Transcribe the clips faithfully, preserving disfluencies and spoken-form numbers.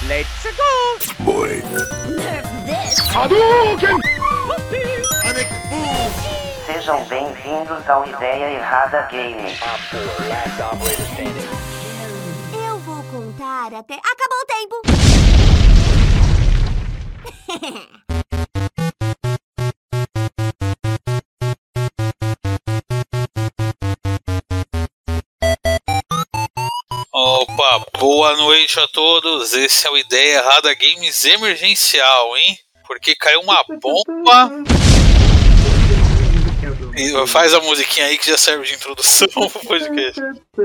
Let's go! Boy. Nerf this! Hadouken! Sejam bem-vindos ao Ideia Errada Game. Eu vou contar até... Acabou o tempo! Opa, boa noite a todos. Esse é o Ideia Errada Games emergencial, hein? Porque caiu uma bomba. E faz a musiquinha aí que já serve de introdução pro podcast.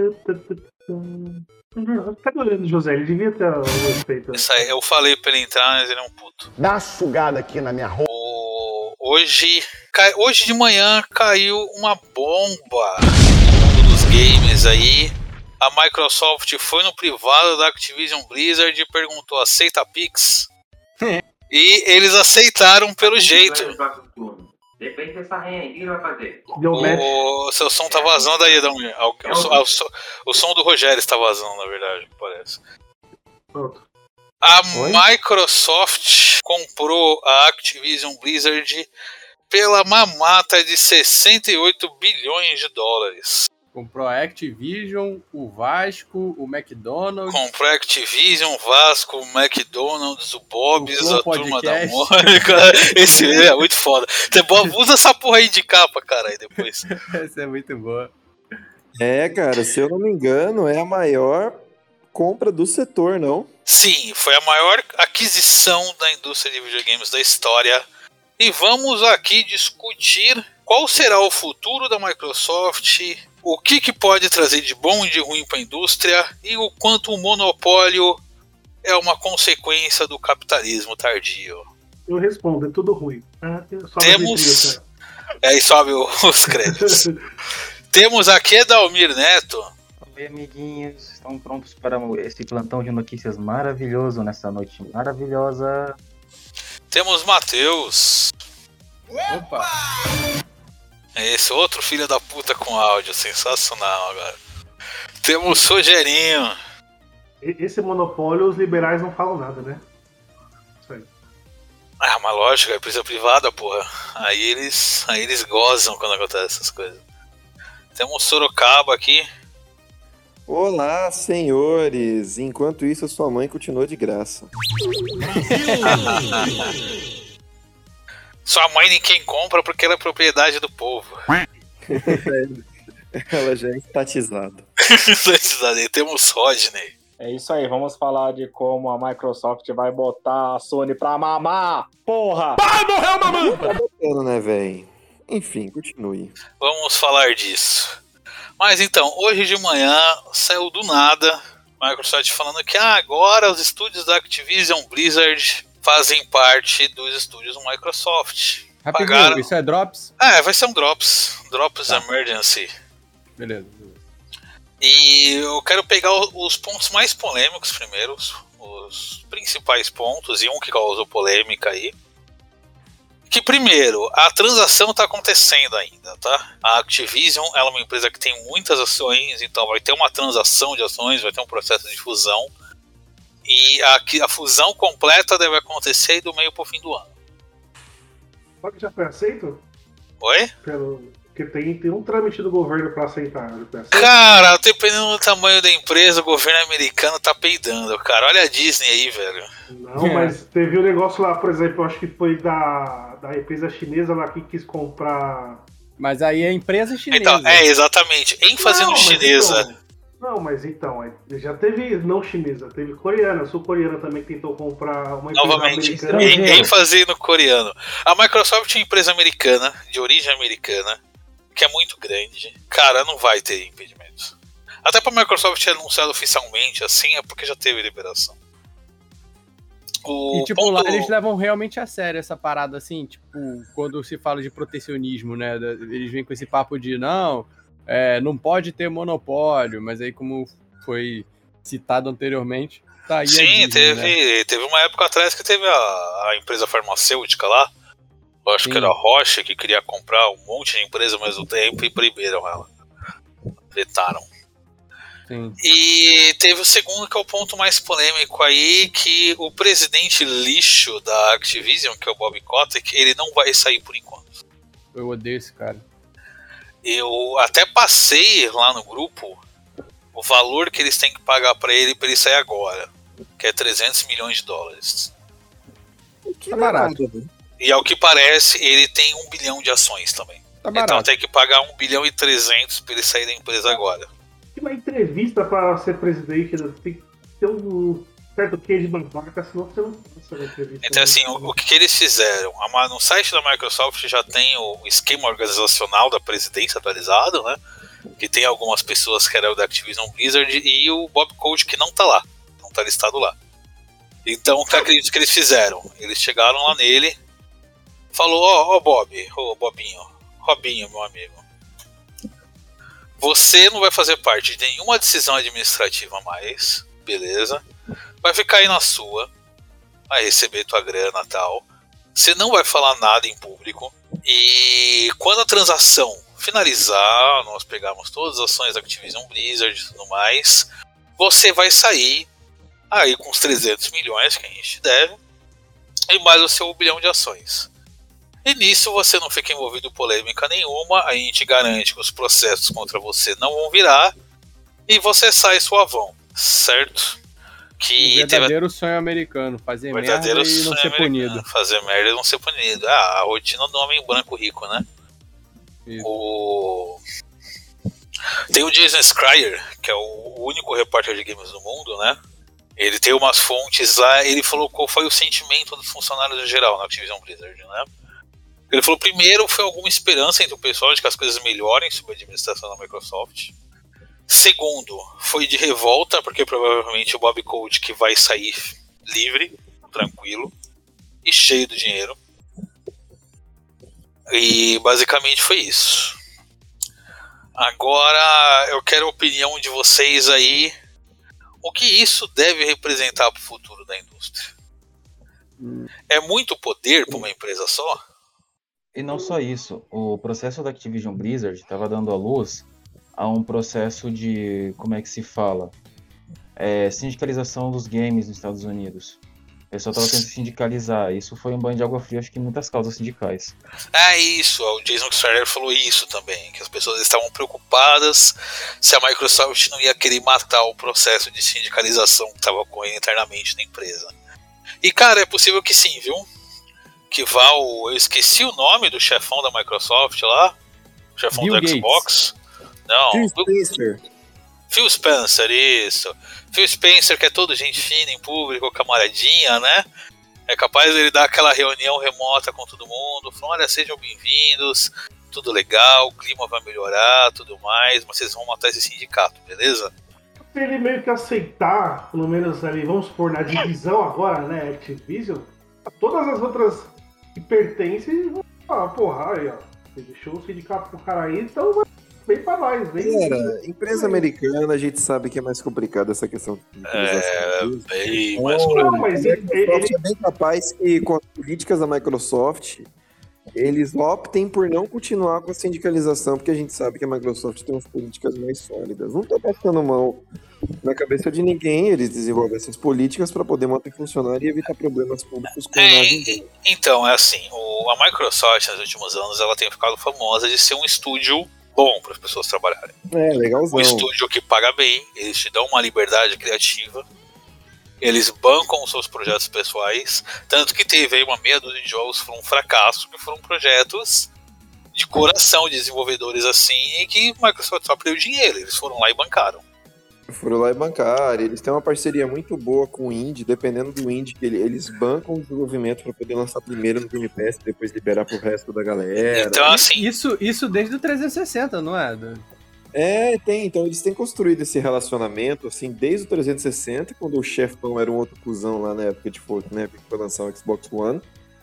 Tá olhando, José, ele devia ter o respeito. Isso aí, eu falei pra ele entrar, mas ele é um puto. Dá uma sugada aqui na minha roupa. O... Hoje, cai... Hoje de manhã caiu uma bomba no mundo dos games aí. A Microsoft foi no privado da Activision Blizzard e perguntou: aceita Pix? E eles aceitaram pelo jeito. Depende dessa renda, o que vai fazer? O, o seu som tá vazando aí, Adamir. O, o, o, o som do Rogério está vazando, na verdade, parece. Pronto. A Oi? Microsoft comprou a Activision Blizzard pela mamata de sessenta e oito bilhões de dólares. Comprou a Activision, o Vasco, o McDonald's. Comprou a Activision, Vasco, o McDonald's, o Bob's, O Flow a turma da Podcast. Mônica. Esse é muito foda. Você usa essa porra aí de capa, cara, aí depois. Essa é muito boa. É, cara, se eu não me engano, é a maior compra do setor, não? Sim, foi a maior aquisição da indústria de videogames da história. E vamos aqui discutir qual será o futuro da Microsoft, o que, que pode trazer de bom e de ruim para a indústria e o quanto o monopólio é uma consequência do capitalismo tardio. Eu respondo, é tudo ruim. Ah, só Temos... Aí sobe os créditos. Temos aqui Edalmir Neto. Oi, amiguinhos. Estão prontos para esse plantão de notícias maravilhoso nessa noite maravilhosa? Temos Matheus. Opa! Esse outro filho da puta com áudio, sensacional agora. Temos Rogerinho. Esse monopólio, os liberais não falam nada, né? Isso aí. Ah, mas lógico, é empresa privada, porra. Aí eles, aí eles gozam quando acontecem essas coisas. Temos Sorocaba aqui. Olá, senhores! Enquanto isso, sua mãe continuou de graça. Sua mãe ninguém compra porque ela é propriedade do povo. Ela já é estatizada. Aí temos Rodney. É isso aí, vamos falar de como a Microsoft vai botar a Sony pra mamar, porra! Vai morrer uma mamãe! Tá botando, né, véi? Enfim, continue. Vamos falar disso. Mas então, hoje de manhã saiu do nada a Microsoft falando que ah, agora os estúdios da Activision Blizzard fazem parte dos estúdios do Microsoft. Rapidinho, Pagaram... isso é Drops? É, vai ser um Drops. Drops Tá. Emergency. Beleza, beleza. E eu quero pegar os pontos mais polêmicos primeiro, os, os principais pontos, e um que causou polêmica aí. Que primeiro, a transação está acontecendo ainda, tá? A Activision ela é uma empresa que tem muitas ações, então vai ter uma transação de ações, vai ter um processo de fusão. E a, a fusão completa deve acontecer do meio pro fim do ano. Só que já foi aceito? Oi? Pelo... Porque tem, tem um trâmite do governo pra aceitar. Já foi aceito? Cara, dependendo do tamanho da empresa, o governo americano tá peidando, cara. Olha a Disney aí, velho. Não, É. mas teve um negócio lá, por exemplo, acho que foi da, da empresa chinesa lá que quis comprar. Mas aí é empresa chinesa. Então, é, exatamente. ênfase Não, no mas chinesa. então- não, mas então, é, já teve não chinesa, teve coreana, sul-coreana também que tentou comprar uma empresa Novamente, americana. em- ênfase no coreano. A Microsoft é uma empresa americana, de origem americana, que é muito grande. Cara, não vai ter impedimentos. Até pra Microsoft ter anunciado oficialmente assim, é porque já teve liberação. O E tipo, ponto- lá eles levam realmente a sério essa parada, assim, tipo, quando se fala de protecionismo, né? da- Eles vêm com esse papo de, não, é, não pode ter monopólio, mas aí como foi citado anteriormente, tá aí a Sim, Disney, teve, né? teve uma época atrás que teve a, a empresa farmacêutica lá. Eu acho Sim. que era a Roche que queria comprar um monte de empresa ao mesmo tempo e proibiram ela. Vetaram. Sim. E teve o segundo, que é o ponto mais polêmico aí, que o presidente lixo da Activision, que é o Bob Kotick, ele não vai sair por enquanto. Eu odeio esse cara. Eu até passei lá no grupo o valor que eles têm que pagar pra ele pra ele sair agora, que é trezentos milhões de dólares. Tá barato. E ao que parece, ele tem um bilhão de ações também. Tá barato. Então tem que pagar um bilhão e trezentos pra ele sair da empresa agora. Uma entrevista para ser presidente tem que ter um certo queijo de babaca, senão você não passa na entrevista. Então assim, o, o que eles fizeram? No site da Microsoft já tem o esquema organizacional da presidência atualizado, né? Que tem algumas pessoas que eram da Activision Blizzard e o Bob Kotick que não tá lá, não tá listado lá. Então o que eu acredito que eles fizeram? Eles chegaram lá nele, falou, ó, oh, oh, Bob, ô oh, Bobinho, Robinho, meu amigo, você não vai fazer parte de nenhuma decisão administrativa mais, beleza? Vai ficar aí na sua, vai receber tua grana e tal. Você não vai falar nada em público. E quando a transação finalizar, nós pegarmos todas as ações da Activision Blizzard e tudo mais, você vai sair aí com os trezentos milhões que a gente deve e mais o seu bilhão de ações. E nisso você não fica envolvido em polêmica nenhuma, a gente garante que os processos contra você não vão virar e você sai suavão, certo? Que o verdadeiro teve... sonho americano, fazer merda e não ser punido. Fazer merda e não ser punido. Ah, a rotina do homem branco rico, né? Isso. O... Tem o Jason Schreier, que é o único repórter de games do mundo, né? Ele tem umas fontes lá, ele falou qual foi o sentimento dos funcionários em geral na Activision Blizzard, né? Ele falou, primeiro, foi alguma esperança entre o pessoal de que as coisas melhorem sob a administração da Microsoft. Segundo, foi de revolta, porque provavelmente o Bob Kotick vai sair livre, tranquilo e cheio do dinheiro. E basicamente foi isso. Agora eu quero a opinião de vocês aí. O que isso deve representar para o futuro da indústria? Hum. É muito poder para uma empresa só? E não só isso, o processo da Activision Blizzard estava dando à luz a um processo de, como é que se fala, é, sindicalização dos games nos Estados Unidos. O pessoal estava tentando sindicalizar, isso foi um banho de água fria, acho que em muitas causas sindicais. É isso, o Jason Schreier falou isso também, que as pessoas estavam preocupadas se a Microsoft não ia querer matar o processo de sindicalização que estava ocorrendo internamente na empresa. E cara, é possível que sim, viu? Que vá o... Eu esqueci o nome do chefão da Microsoft lá. O chefão Bill do Gates. Xbox. Não. Phil Spencer. Phil Spencer, isso. Phil Spencer, que é todo gente fina em público, camaradinha, né? É capaz dele dar aquela reunião remota com todo mundo. Falando, olha, sejam bem-vindos. Tudo legal, o clima vai melhorar, tudo mais. Mas vocês vão matar esse sindicato, beleza? Se ele meio que aceitar, pelo menos ali, vamos supor, na divisão agora, né, Activision, todas as outras que pertencem vão falar, porra, aí, ó, você deixou o sindicato pro cara aí, então vem pra nós, vem. Cara, empresa americana, a gente sabe que é mais complicado essa questão de É, bem então, mais Não, mas ele, ele... é bem capaz que com as políticas da Microsoft, eles optem por não continuar com a sindicalização, porque a gente sabe que a Microsoft tem umas políticas mais sólidas. Não tô passando mão na cabeça de ninguém, eles desenvolvem essas políticas para poder manter funcionário e evitar problemas públicos com é, imagem. Então, é assim, o, a Microsoft nos últimos anos ela tem ficado famosa de ser um estúdio bom para as pessoas trabalharem. É, legalzão. Um estúdio que paga bem, eles te dão uma liberdade criativa, eles bancam os seus projetos pessoais, tanto que teve aí uma meia dúzia de jogos que foram um fracasso, que foram projetos de coração de desenvolvedores assim, e que a Microsoft só perdeu dinheiro, eles foram lá e bancaram. Foram lá e bancaram, eles têm uma parceria muito boa com o indie, dependendo do indie, que eles bancam o desenvolvimento para poder lançar primeiro no Game Pass e depois liberar pro resto da galera. Então, assim... Isso, isso desde o trezentos e sessenta, não é? É, tem, então eles têm construído esse relacionamento, assim, desde o trezentos e sessenta, quando o chefão era um outro cuzão lá na época de Fortnite, né, que foi lançar o Xbox One,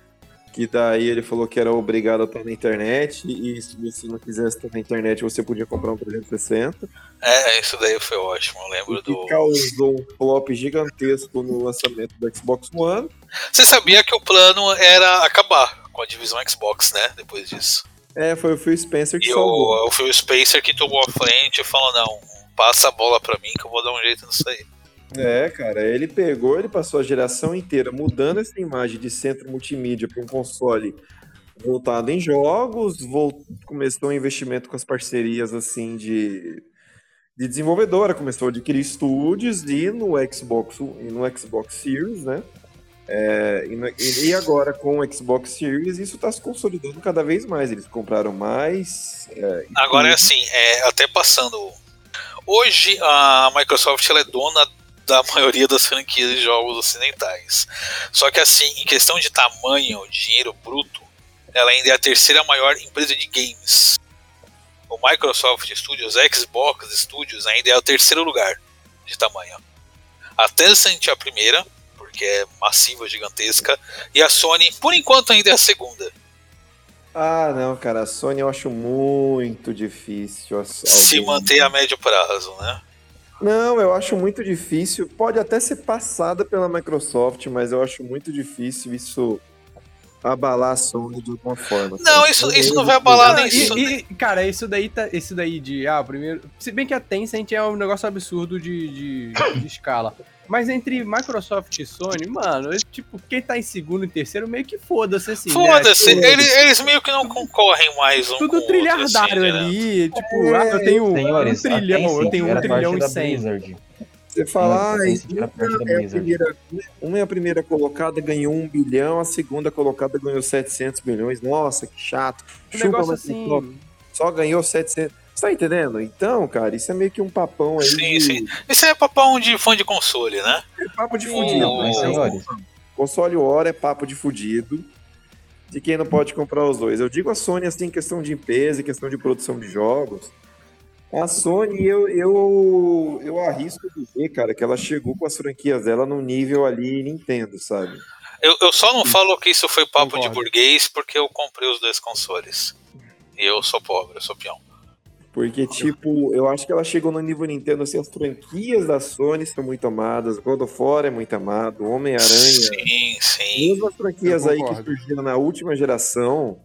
que daí ele falou que era obrigado a estar na internet, e se você não quisesse estar na internet, você podia comprar um trezentos e sessenta. É, isso daí foi ótimo, eu lembro do... Que causou um flop gigantesco no lançamento do Xbox One. Você sabia que o plano era acabar com a divisão Xbox, né, depois disso? É, foi o Phil Spencer que e salvou. O, o Phil Spencer que tomou a frente e falou, não, passa a bola pra mim que eu vou dar um jeito nisso aí. É, cara, ele pegou, ele passou a geração inteira mudando essa imagem de centro multimídia para um console voltado em jogos, vol- começou um investimento com as parcerias assim de, de desenvolvedora, começou a adquirir estúdios e no Xbox e no Xbox Series, né? É, e, na- e- e agora com o Xbox Series isso está se consolidando cada vez mais. Eles compraram mais. é, Agora é estúdios. assim, é, até passando. Hoje a Microsoft ela é dona da maioria das franquias de jogos ocidentais. Só que assim, em questão de tamanho, dinheiro bruto, ela ainda é a terceira maior empresa de games. O Microsoft Studios, Xbox Studios ainda é o terceiro lugar de tamanho. A Tencent é a primeira, porque é massiva, gigantesca, e a Sony, por enquanto, ainda é a segunda. Ah, não, cara, a Sony eu acho muito difícil. a- Se alguém- manter a médio prazo, né? Não, eu acho muito difícil. Pode até ser passada pela Microsoft, mas eu acho muito difícil isso abalar a Sony de alguma forma. Não, cara. isso, isso não vai abalar Não, nem isso. e, e, cara, isso daí, tá, isso daí de, ah, primeiro... Se bem que a Tencent é um negócio absurdo de, de, de escala. Mas entre Microsoft e Sony, mano, eu, tipo, quem tá em segundo e terceiro meio que foda-se, assim, Foda-se, né? Tipo, eles, eles meio que não concorrem mais um com o tudo outro, trilhardário assim, né? ali, tipo, ah, eu tenho Senhores, um trilhão, a eu Tencent tenho um era trilhão parte e da cem. Blizzard. Você fala, ah, Não, a Tencent era uma parte da é, a Blizzard. primeira, uma é a primeira colocada, ganhou um bilhão, a segunda colocada ganhou setecentos milhões. Nossa, que chato. Um Chupa, negócio Microsoft, assim... só ganhou setecentos. Você tá entendendo? Então, cara, isso é meio que um papão aí. Sim, de- sim. Isso é papão de fã de console, né? É papo de Sim, fudido. mas, né? senhores. Console War é papo de fudido. De quem não pode comprar os dois. Eu digo a Sony assim, em questão de empresa, em questão de produção de jogos. A Sony, eu, eu, eu arrisco dizer, cara, que ela chegou com as franquias dela num nível ali Nintendo, sabe? Eu, eu só não falo que isso foi papo Concordo. de burguês porque eu comprei os dois consoles. E eu sou pobre, eu sou peão. Porque, tipo, eu acho que ela chegou no nível Nintendo, assim, as franquias da Sony são muito amadas, God of War é muito amado, Homem-Aranha, Sim, sim. mesmo as franquias Eu aí que concordo. surgiram na última geração,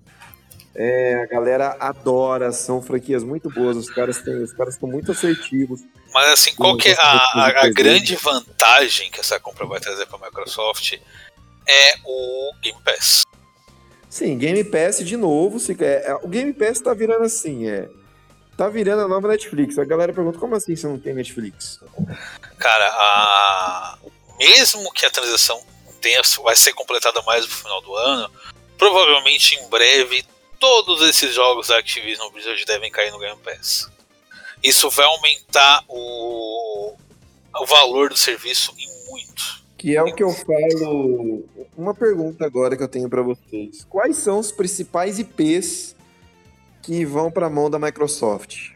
é, a galera adora, são franquias muito boas, os caras têm, os caras estão muito assertivos. Mas assim, qual que é a, a, a grande vantagem que essa compra vai trazer para a Microsoft é o Game Pass. Sim, Game Pass de novo, se, é, é, o Game Pass tá virando assim, é, tá virando a nova Netflix. A galera pergunta, como assim você não tem Netflix? Cara, a... mesmo que a transição tenha, vai ser completada mais no final do ano, provavelmente em breve todos esses jogos da Activision Blizzard devem cair no Game Pass. Isso vai aumentar o, o valor do serviço em muito. Que é o que eu falo. Uma pergunta agora que eu tenho pra vocês. Quais são os principais I Ps que vão pra mão da Microsoft?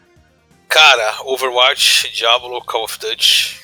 Cara, Overwatch, Diablo, Call of Duty,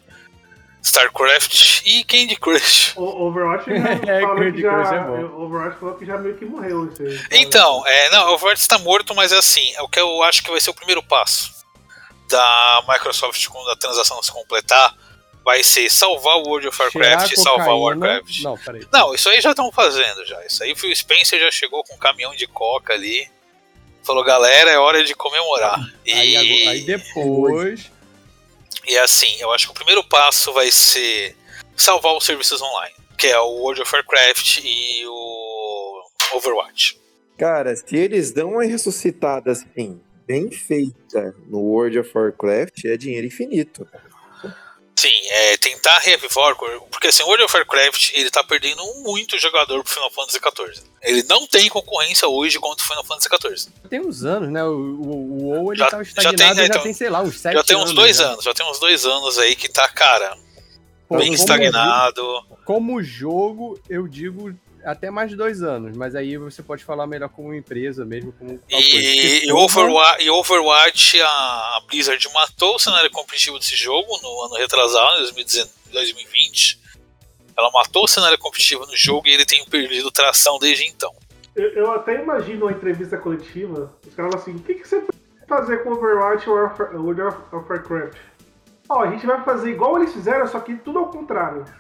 StarCraft e Candy Crush. O Overwatch já É, falou Candy que já, Crush é bom. o Overwatch falou que já meio que morreu isso aí. Então, é, não, o Overwatch está morto, mas é assim, é o que eu acho que vai ser o primeiro passo da Microsoft quando a transação se completar, vai ser salvar o World of Warcraft e salvar o cocaína- Warcraft. Não, peraí. Não, isso aí já estão fazendo já. Isso aí o Spencer já chegou com um caminhão de coca ali. Falou, galera, é hora de comemorar. E, Aí, agora- aí depois... e assim, eu acho que o primeiro passo vai ser salvar os serviços online, que é o World of Warcraft e o Overwatch. Cara, se eles dão uma ressuscitada assim, bem feita no World of Warcraft, é dinheiro infinito. Sim, é tentar reavivar, porque assim, o World of Warcraft ele tá perdendo muito jogador pro Final Fantasy quatorze. Ele não tem concorrência hoje contra o Final Fantasy quatorze. Tem uns anos, né? O, o, o WoW ele Já- tava já estagnado tem, já, né, então, tem, sei lá, uns sete Já anos. tem uns dois já. anos, já tem uns dois anos aí que tá, cara, Pô, bem como estagnado. jogo- Como jogo, eu digo até mais de dois anos, mas aí você pode falar melhor como empresa mesmo, como tal coisa. E, Porque, e, porra, Overwatch, e Overwatch, a Blizzard matou o cenário competitivo desse jogo no ano retrasado, em dois mil e dezenove, dois mil e vinte. Ela matou o cenário competitivo no jogo e ele tem perdido tração desde então. Eu, eu até imagino uma entrevista coletiva, os caras falam assim, o que, que você vai fazer com Overwatch e Warfare- World of of Warcraft? Ó, a gente vai fazer igual eles fizeram, só que tudo ao contrário.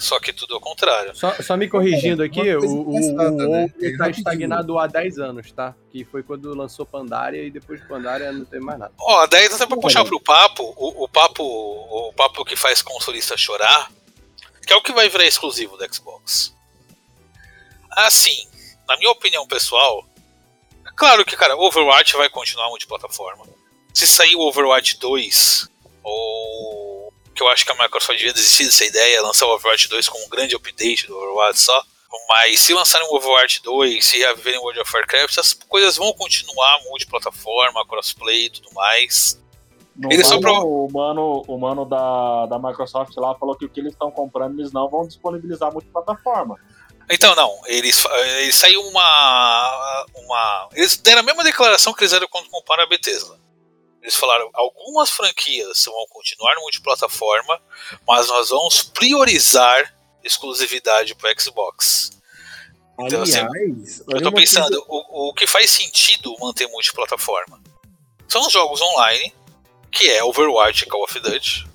Só que tudo ao contrário. Só, só me corrigindo aqui, Uma o, coisa o, engraçada, o né? WoW É tá rapidinho. estagnado há dez anos, tá? Que foi quando lançou Pandaria e depois de Pandaria não tem mais nada. Ó, daí até pra puxar pro papo, o, o papo o papo que faz consolista chorar, que é o que vai virar exclusivo do Xbox. Assim, na minha opinião pessoal, é claro que, cara, Overwatch vai continuar multiplataforma. Se sair o Overwatch dois, ou que eu acho que a Microsoft devia desistir dessa ideia, lançar o Overwatch dois com um grande update do Overwatch só. Mas se lançarem o Overwatch dois, se reviverem World of Warcraft, as coisas vão continuar multiplataforma, crossplay e tudo mais. Não Eles vai, só pro- não. O mano, o mano da, da Microsoft lá falou que o que eles estão comprando, eles não vão disponibilizar multiplataforma. Então, não, eles, eles saiu uma, uma. Eles deram a mesma declaração que eles deram quando compraram a Bethesda. Eles falaram: algumas franquias vão continuar multiplataforma, mas nós vamos priorizar exclusividade para Xbox. Então, assim, Aliás, eu olha tô uma pensando, coisa- o, o que faz sentido manter multiplataforma são os jogos online, que é Overwatch e Call of Duty.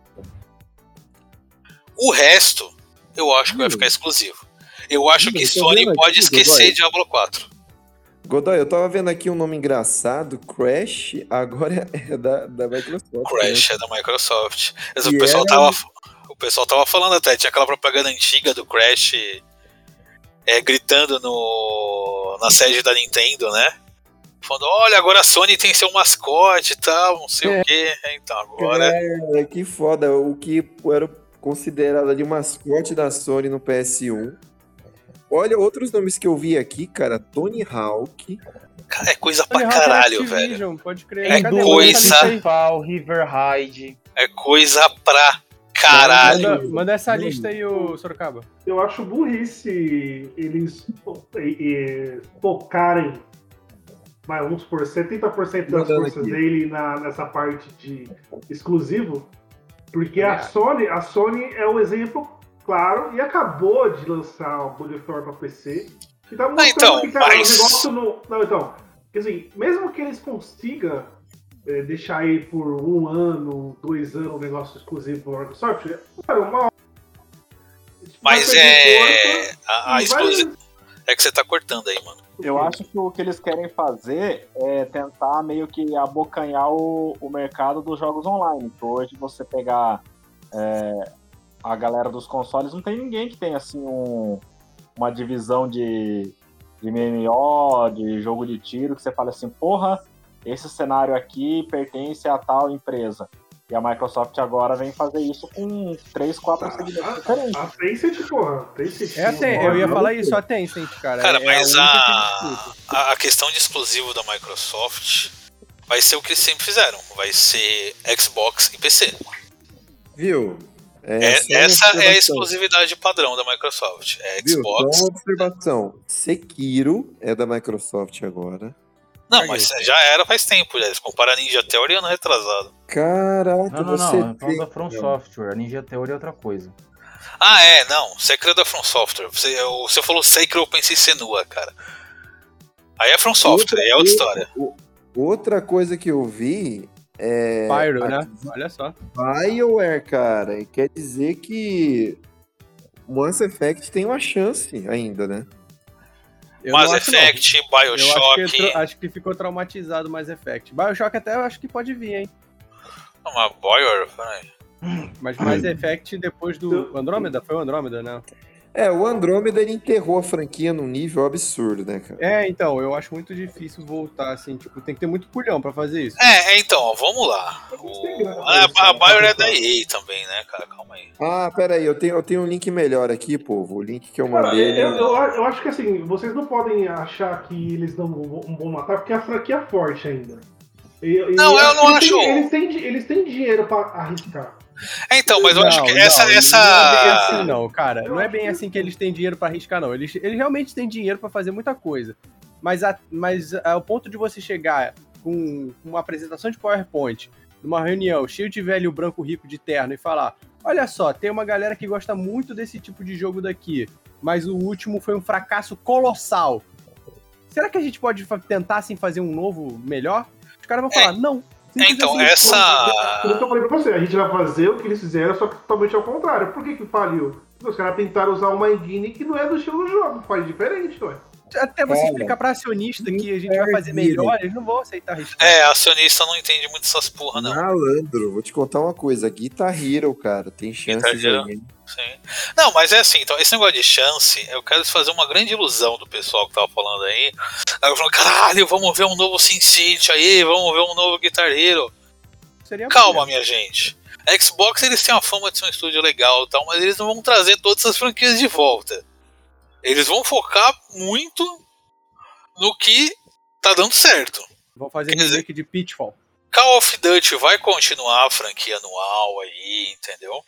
O resto, eu acho que vai ficar exclusivo. Eu acho que Eu tô Sony vendo pode aqui, esquecer Godoy. Diablo quatro. Godoy, eu tava vendo aqui um nome engraçado, Crash, agora é da, da Microsoft. Crash né? é da Microsoft. Mas E o, pessoal era- tava, o pessoal tava falando até, tinha aquela propaganda antiga do Crash é, gritando no, na sede da Nintendo, né? Falando, olha, agora a Sony tem seu mascote e tal, não sei É. o que. Então agora. Cara, que foda. O que era considerado ali o mascote da Sony no P S um. Olha, outros nomes que eu vi aqui, cara. Tony Hawk. Cara, é coisa Tony pra Hawk é caralho, velho. Activision, pode crer. É Cadê? coisa- Manda essa lista aí. Fall, River Raid. É coisa pra caralho. Manda, manda essa lista aí, ô Sorocaba. Eu acho burrice eles eh, eh, focarem, vai, vamos por setenta por cento das Mandando forças aqui. dele na, nessa parte de exclusivo, porque a Sony, a Sony é o exemplo claro e acabou de lançar o God of War pra P C. E tá mostrando então, que, cara, mas- o negócio no. Não, então, quer dizer, mesmo que eles consigam eh, deixar aí por um ano, dois anos o negócio exclusivo pra Microsoft, cara, uma hora. Mas vai é. perder A, a força e vai- exclusiva. É que você tá cortando aí, mano. Eu acho que o que eles querem fazer é tentar meio que abocanhar o, o mercado dos jogos online. Que hoje você pegar é, a galera dos consoles, não tem ninguém que tenha assim um, uma divisão de, de M M O, de jogo de tiro, que você fala assim, porra, esse cenário aqui pertence a tal empresa. E a Microsoft agora vem fazer isso com três, quatro segmentos diferentes. A Tencent, porra. Tencent, É a Ten- eu ia falar isso, a Tencent, cara. Cara, é mas a... única a, que disputa. a, a questão de exclusivo da Microsoft vai ser o que eles sempre fizeram. Vai ser Xbox e P C. Viu? É, só uma essa é a observação. exclusividade padrão da Microsoft. É Viu? Xbox. Só uma observação. Sekiro é da Microsoft agora. Não, mas já era faz tempo. Já. Eles comparam a Ninja Theory ano retrasado. Caraca, Não, não, você não. É falando tem- da From Software. A Ninja Theory é outra coisa. Ah, é, não. Sekiro é da From Software. Você, você falou Sekiro, eu pensei em Senua, cara. Aí é From Software, aí é outra história. o- Outra coisa que eu vi é. Pyro, a- né? Olha só. BioWare, cara. E quer dizer que Mass Effect tem uma chance ainda, né? Eu Mass não acho, não. Effect, Eu acho Bioshock. que, tra- acho que ficou traumatizado o Mass Effect. Bioshock até eu acho que pode vir, hein? Não, mas Bioware, peraí. Mas Mass Effect depois do Andrômeda? Foi o Andrômeda, né? É, o Andrômeda ele enterrou a franquia num nível absurdo, né, cara? É, então, eu acho muito difícil voltar, assim, tipo, tem que ter muito culhão pra fazer isso. É, é, então, ó, vamos lá. O, a, a Bioware é da E A também, né, cara? Calma aí. Ah, peraí, eu tenho, eu tenho um link melhor aqui, povo. O link que eu Cara, mandei. eu, né? eu, eu acho que assim, vocês não podem achar que eles não vão vão matar, porque a franquia é forte ainda. E- e Não, eu não eles acho. Têm, eles, têm, di- eles têm dinheiro pra arriscar. É, então, mas eu acho que Não, essa. não, essa... Não é bem assim, não, cara. Eu Não é acho bem que- assim que eles têm dinheiro pra arriscar, não. Eles, eles realmente têm dinheiro pra fazer muita coisa. Mas, a, mas a, o ponto de você chegar com uma apresentação de PowerPoint, numa reunião cheio de velho branco rico de terno e falar: olha só, tem uma galera que gosta muito desse tipo de jogo daqui, mas o último foi um fracasso colossal. Será que a gente pode fa- tentar assim fazer um novo melhor? Os caras vão falar: não. É, então, Por isso essa. que eu falei pra você, a gente vai fazer o que eles fizeram, só que totalmente ao contrário. Por que que faliu? Os caras tentaram usar uma engine que não é do estilo do jogo, faz diferente, ué. Até você Cara, explicar pra acionista que a gente vai inferno. fazer melhor, eles não vão aceitar risco. É, acionista não entende muito essas porra, não. Malandro, vou te contar uma coisa. Guitar Hero, cara, tem chance Guitar de Hero. alguém. Sim. Não, mas é assim, então, esse negócio de chance, eu quero fazer uma grande ilusão do pessoal que tava falando aí. Aí eu falo, caralho, vamos ver um novo SimCity aí, vamos ver um novo Guitar Hero. Seria Calma, bom. minha gente. A Xbox, eles têm a fama de ser um estúdio legal e tal, mas eles não vão trazer todas as franquias de volta. Eles vão focar muito no que tá dando certo. Vão fazer Quer dizer- remake de Pitfall. Call of Duty vai continuar a franquia anual aí, entendeu?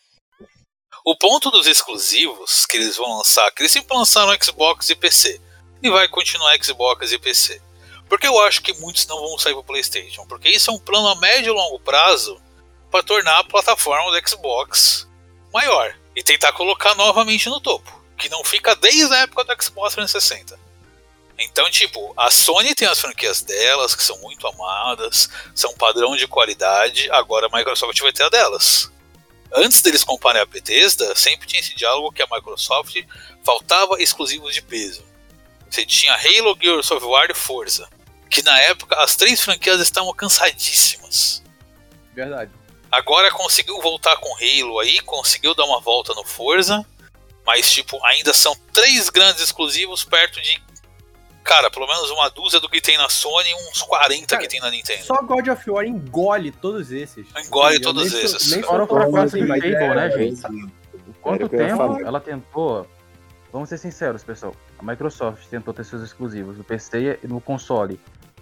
O ponto dos exclusivos que eles vão lançar, que eles sempre lançaram Xbox e P C, e vai continuar Xbox e P C. Porque eu acho que muitos não vão sair pro PlayStation, porque isso é um plano a médio e longo prazo para tornar a plataforma do Xbox maior e tentar colocar novamente no topo, que não fica desde a época do Xbox trezentos e sessenta. Então, tipo, a Sony tem as franquias delas, que são muito amadas, são padrão de qualidade, agora a Microsoft vai ter a delas. Antes deles comprarem a Bethesda, sempre tinha esse diálogo que a Microsoft faltava exclusivos de peso. Você tinha Halo, Gears of War e Forza, que na época as três franquias estavam cansadíssimas. Verdade. Agora conseguiu voltar com Halo aí, conseguiu dar uma volta no Forza, mas tipo, ainda são três grandes exclusivos perto de, cara, pelo menos uma dúzia do que tem na Sony e uns quarenta Cara, que tem na Nintendo. Só God of War engole todos esses. Engole Eu todos nem sou- esses. Nem Fora sou o fã, fracasso assim, de mas Fable, é- né, gente? Quanto Era o que eu ia tempo falar. ela tentou... Vamos ser sinceros, pessoal. A Microsoft tentou ter seus exclusivos no P C e no console.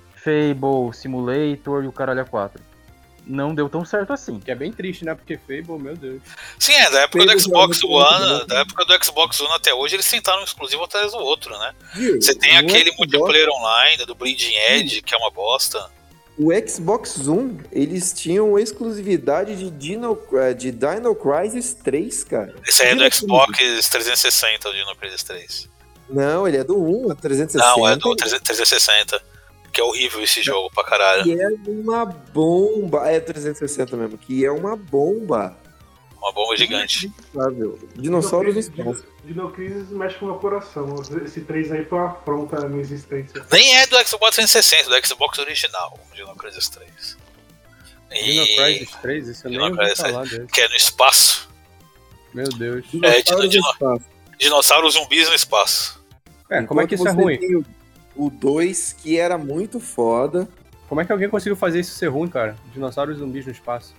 Fable, Simulator e o caralho a quatro. Não deu tão certo assim. Que é bem triste, né? Porque Fable, meu Deus. Sim, é, da época Fable do Xbox já é muito One, bom. da época do Xbox One até hoje, eles tentaram um exclusivo atrás do outro, né? Viu? Você tem O aquele Xbox- multiplayer online do Bleeding Edge, que é uma bosta. O Xbox One, eles tinham exclusividade de Dino, eh, de Dino Crisis três, cara. Esse aí é Dino do Xbox trezentos e sessenta, o Dino Crisis três. Não, ele é do um, a trezentos e sessenta. Não, é do trezentos e sessenta. Que é horrível esse jogo pra caralho. Que é uma bomba. É trezentos e sessenta mesmo, que é uma bomba. Uma bomba gigante. Sabe? Dinossauros no Dino espaço. Dino Crisis mexe com o meu coração. Esse três aí foi uma afronta à minha existência. Nem é do Xbox trezentos e sessenta, é do Xbox original, o Dino Crisis três. Dino E... Crisis três, isso eu nem Dino ouvi Crisis falar dele. que é no espaço. Meu Deus. É, Dinossauros dino- no espaço. Dinossauros zumbis no espaço. É, como é que isso é Enquanto ruim? você tem O dois, que era muito foda. Como é que alguém conseguiu fazer isso ser ruim, cara? Dinossauros e zumbis no espaço.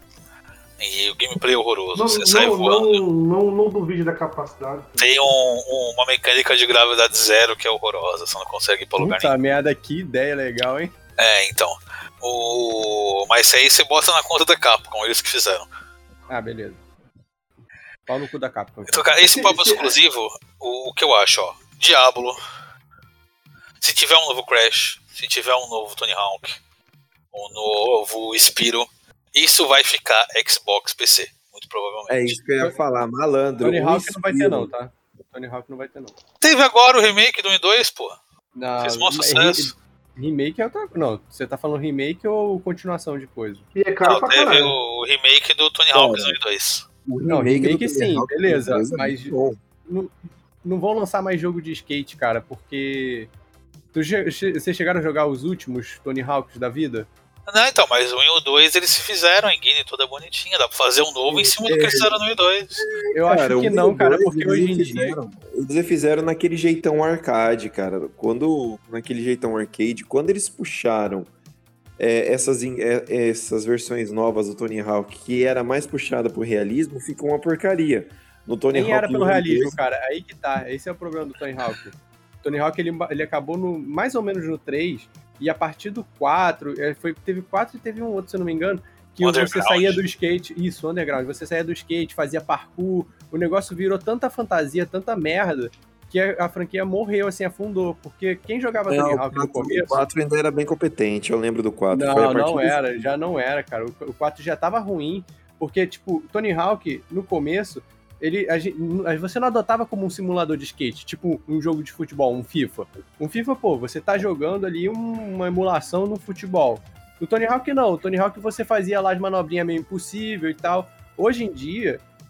E o gameplay é horroroso, Não, você sai não, voando. não, não, não duvide da capacidade. Tem um- um- uma mecânica de gravidade zero que é horrorosa, você não consegue ir pra lugar Puta merda, que ideia legal, hein? nenhum. É, então. O... Mas isso aí você bota na conta da Capcom, eles que fizeram. Ah, beleza. Pau no cu da Capcom. Então, cara, esse papo exclusivo, o, o que eu acho, ó. Diablo. Se tiver um novo Crash, se tiver um novo Tony Hawk, um novo Spyro, isso vai ficar Xbox P C, muito provavelmente. É isso que eu ia falar, malandro. Tony o Hawk não vai ter Spyro. não, tá? Tony Hawk não vai ter não. Teve agora o remake do um e dois, pô. Não, Fez maior re- sucesso. Remake é outra... Não, você tá falando remake ou continuação de coisa? E é caro Não, pra teve caralho. o remake do Tony Hawk um e dois. O Não, remake, remake do Tony sim, Hawk beleza, dois é mas- muito bom. Não, não vão lançar mais jogo de skate, cara, porque... Tu che- che- Vocês chegaram a jogar os últimos Tony Hawks da vida? Não, então, mas o um e o dois eles se fizeram em Guiné toda bonitinha. Dá pra fazer um novo em cima do que eles fizeram no um e dois. Eu Cara, acho que o não, cara, dois, porque eles hoje em dia... fizeram- Eles fizeram naquele jeitão arcade, cara. Quando, naquele jeitão arcade, quando eles puxaram é, essas, in- é, essas versões novas do Tony Hawk, que era mais puxada pro realismo, ficou uma porcaria. No Tony Nem Hawk era pelo um e realismo, dois, cara. Aí que tá. Esse é o problema do Tony Hawk. O Tony Hawk, ele, ele acabou no, mais ou menos no três, e a partir do quatro, é, foi, teve quatro e teve um outro, se eu não me engano, que você Underground. saía do skate, isso, Underground, você saía do skate, fazia parkour, o negócio virou tanta fantasia, tanta merda, que a, a franquia morreu, assim, afundou, porque quem jogava Não, Tony o Hawk no quatro, o começo... quatro ainda era bem competente, eu lembro do quatro. Não, Foi a partir não do- era, já não era, cara. O o quatro já tava ruim, porque, tipo, Tony Hawk, no começo, ele, a gente, você não adotava como um simulador de skate, tipo um jogo de futebol, um FIFA. Um FIFA, pô, você tá jogando ali um- uma emulação no futebol. O Tony Hawk não, o Tony Hawk você fazia lá as manobrinhas meio impossível e tal. Hoje em dia,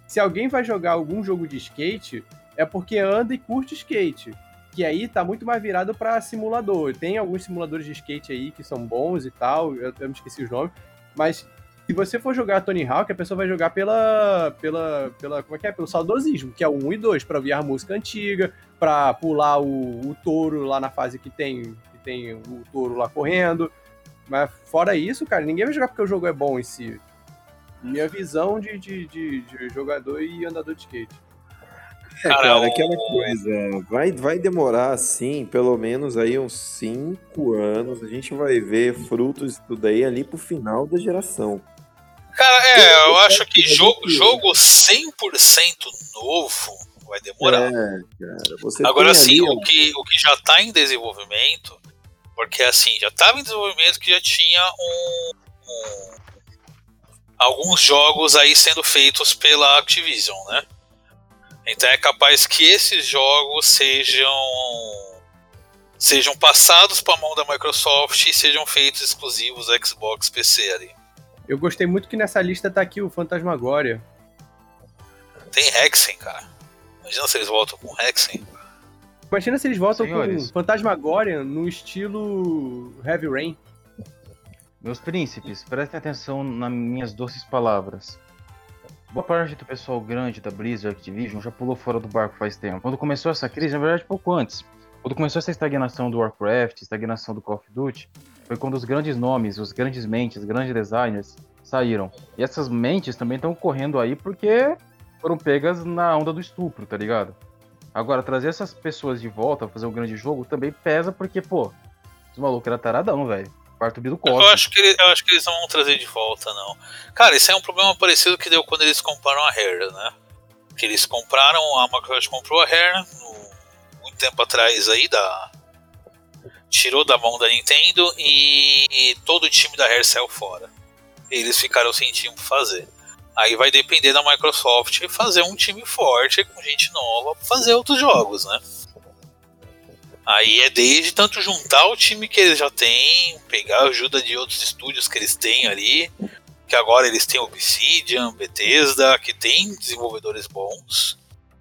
se alguém vai jogar algum jogo de skate, é porque anda e curte skate. Que aí tá muito mais virado pra simulador. Tem alguns simuladores de skate aí que são bons e tal, eu, eu me esqueci os nomes, mas se você for jogar Tony Hawk, a pessoa vai jogar pela, pela, pela como é que é? Pelo saudosismo, que é o um e dois, pra ouvir a música antiga, pra pular o, o touro lá na fase que tem, que tem o touro lá correndo. Mas fora isso, cara, ninguém vai jogar porque o jogo é bom em si. Minha visão de, de, de, de jogador e andador de skate. É, cara, aquela coisa, vai, vai demorar, assim, pelo menos aí uns cinco anos, a gente vai ver frutos disso tudo aí ali pro final da geração. Cara, é, eu acho que jogo, jogo cem por cento novo vai demorar. É, cara, você Agora, assim, ali, o que, o que já tá em desenvolvimento, porque, assim, já tava em desenvolvimento que já tinha um, um, alguns jogos aí sendo feitos pela Activision, né? Então é capaz que esses jogos sejam sejam passados para a mão da Microsoft e sejam feitos exclusivos Xbox P C ali. Eu gostei muito que nessa lista tá aqui o Phantasmagoria. Tem Hexen, cara. Imagina se eles voltam com Hexen. Imagina se eles voltam Senhores. com Phantasmagoria no estilo Heavy Rain. Meus príncipes, prestem atenção nas minhas doces palavras. Boa parte do pessoal grande da Blizzard Activision já pulou fora do barco faz tempo. Quando começou essa crise, na verdade pouco antes, quando começou essa estagnação do Warcraft, estagnação do Call of Duty, foi quando os grandes nomes, os grandes mentes, os grandes designers saíram. E essas mentes também estão correndo aí porque foram pegas na onda do estupro, tá ligado? Agora, trazer essas pessoas de volta pra fazer um grande jogo também pesa porque, pô, os malucos eram taradão, velho. Quarto bi do cosmos. Eu acho, que ele, eu acho que eles não vão trazer de volta, não. Cara, isso é um problema parecido que deu quando eles compraram a Rare, né? Que eles compraram, a Microsoft comprou a Rare no, muito tempo atrás aí, da, tirou da mão da Nintendo e, e todo o time da Rare saiu fora. Eles ficaram sem time pra fazer. Aí vai depender da Microsoft fazer um time forte com gente nova pra fazer outros jogos, né? Aí é desde tanto juntar o time que eles já têm, pegar a ajuda de outros estúdios que eles têm ali, que agora eles têm Obsidian, Bethesda, que tem desenvolvedores bons,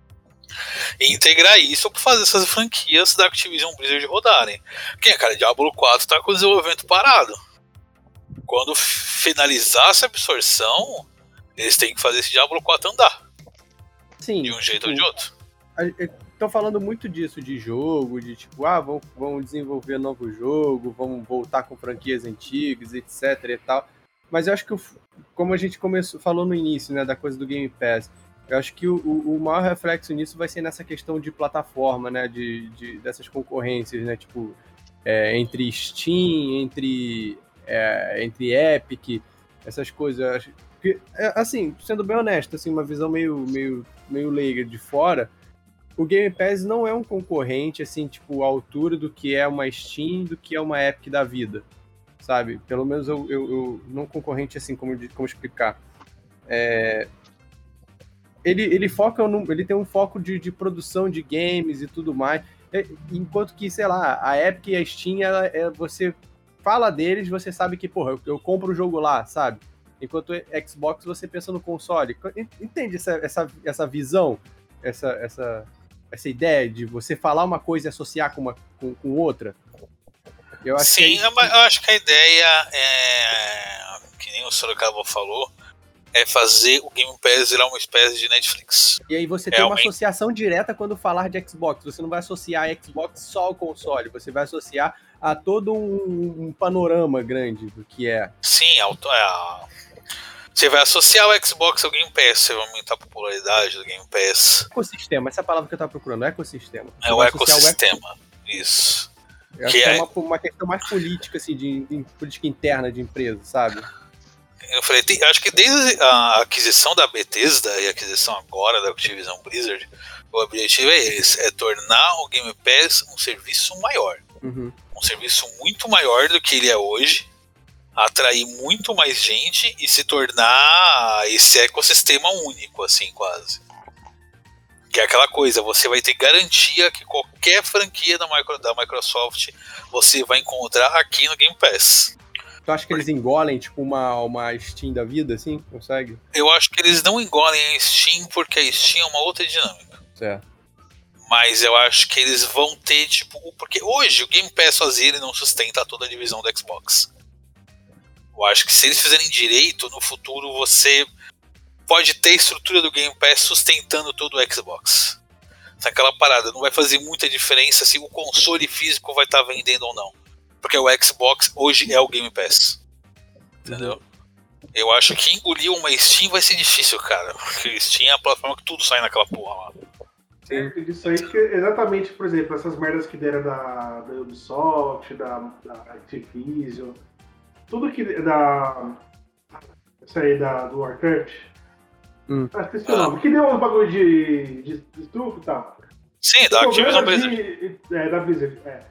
e integrar isso para fazer essas franquias da Activision Blizzard rodarem. Porque, cara, Diablo quatro tá com o desenvolvimento parado. Quando finalizar essa absorção, eles têm que fazer esse Diablo quatro andar. Sim, de um jeito tipo, ou de outro. Estão falando muito disso, de jogo, de tipo, ah, vão, vão desenvolver novo jogo, vão voltar com franquias antigas, etc e tal. Mas eu acho que, o, como a gente começou, falou no início, né, da coisa do Game Pass, eu acho que o, o, o maior reflexo nisso vai ser nessa questão de plataforma, né, de, de, dessas concorrências, né, tipo, é, entre Steam, entre, é, entre Epic, essas coisas. Que, assim, sendo bem honesto, assim, uma visão meio, meio, meio leiga de fora, o Game Pass não é um concorrente, assim, tipo, à altura do que é uma Steam, do que é uma Epic da vida, sabe? Pelo menos eu, eu, eu não concorrente, assim, como, como explicar. É, ele, ele foca, no, ele tem um foco de, de produção de games e tudo mais, é, enquanto que, sei lá, a Epic e a Steam, ela, é, você fala deles, você sabe que, porra, eu, eu compro o jogo lá, sabe? Enquanto Xbox, você pensa no console. Entende essa, essa, essa visão? Essa, essa, essa ideia de você falar uma coisa e associar com, uma, com, com outra? Eu acho Sim, que é... eu acho que a ideia é, que nem o Sorocaba falou, é fazer o Game Pass virar uma espécie de Netflix. E aí você tem uma associação direta quando falar de Xbox. Você não vai associar a Xbox só ao console, você vai associar a todo um, um panorama grande do que é. Sim, a, você vai associar o Xbox ao Game Pass, você vai aumentar a popularidade do Game Pass. Ecossistema, essa é a palavra que eu estava procurando, ecossistema. Você é o ecossistema, o isso. Eu acho que, que é, é uma, uma questão mais política, assim, de, de política interna de empresa, sabe? Eu falei, tem, acho que desde a aquisição da Bethesda e a aquisição agora da Activision Blizzard, o objetivo é esse, é tornar o Game Pass um serviço maior. Uhum. Um serviço muito maior do que ele é hoje, atrair muito mais gente e se tornar esse ecossistema único, assim, quase. Que é aquela coisa, você vai ter garantia que qualquer franquia da, micro, da Microsoft você vai encontrar aqui no Game Pass. tu acha que eles engolem, tipo, uma, uma Steam da vida, assim? Consegue? Eu acho que eles não engolem a Steam porque a Steam é uma outra dinâmica. Certo. Mas eu acho que eles vão ter, tipo... Porque hoje o Game Pass sozinho ele não sustenta toda a divisão do Xbox. Eu acho que se eles fizerem direito, no futuro você pode ter a estrutura do Game Pass sustentando todo o Xbox. Aquela parada, não vai fazer muita diferença se o console físico vai estar vendendo ou não. Porque o Xbox hoje é o Game Pass. Entendeu? Eu acho que engolir uma Steam vai ser difícil, cara. Porque Steam é a plataforma que tudo sai naquela porra lá. É, isso aí que exatamente, por exemplo, essas merdas que deram da, da Ubisoft, da, da Activision, tudo que da... Essa aí da, do Warcraft. Hum. Ah, esqueci o nome. Que deu uns bagulho de, de, de truco e tal. Sim, da Activision Blizzard. É, da Blizzard, é.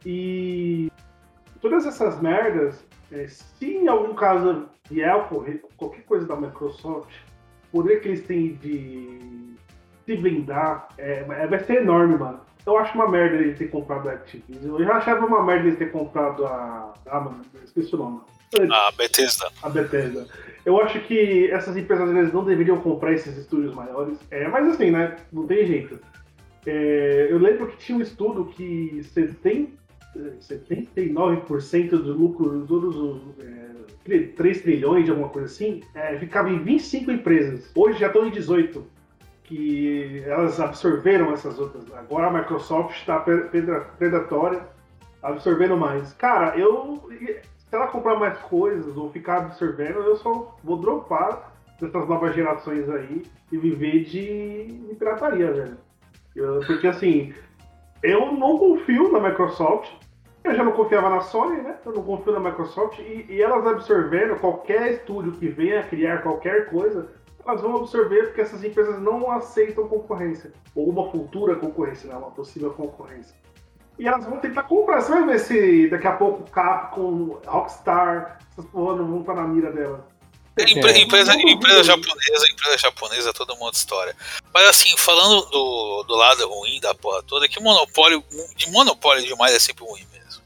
E todas essas merdas, é, se em algum caso vier ocorrer qualquer coisa da Microsoft, o poder que eles têm de se vendar é, vai ser enorme, mano. Eu acho uma merda eles terem comprado a Activision. Eu já achava uma merda eles terem comprado a... Ah, mano, esqueci o nome. A Bethesda. A Bethesda. Eu acho que essas empresas eles não deveriam comprar esses estúdios maiores. É, mas assim, né? Não tem jeito. É, eu lembro que tinha um estudo que setenta, setenta e nove por cento do lucro, todos os é, três trilhões de alguma coisa assim, é, ficava em vinte e cinco empresas. Hoje já estão em dezoito. Que elas absorveram essas outras. Agora a Microsoft está predatória, absorvendo mais. Cara, eu... Se ela comprar mais coisas ou ficar absorvendo, eu só vou dropar dessas novas gerações aí e viver de, de pirataria, velho. Eu, porque assim, eu não confio na Microsoft, eu já não confiava na Sony, né? Eu não confio na Microsoft e, e elas absorvendo qualquer estúdio que venha criar qualquer coisa, elas vão absorver porque essas empresas não aceitam concorrência. Ou uma futura concorrência, né? Uma possível concorrência. E elas vão tentar comprar. Você vai ver se daqui a pouco Capcom, Rockstar, essas porra não vão estar na mira dela. Empre, empresa, empresa japonesa, empresa japonesa é toda uma outra história. Mas assim, falando do, do lado ruim da porra toda, que monopólio, de monopólio demais é sempre ruim mesmo.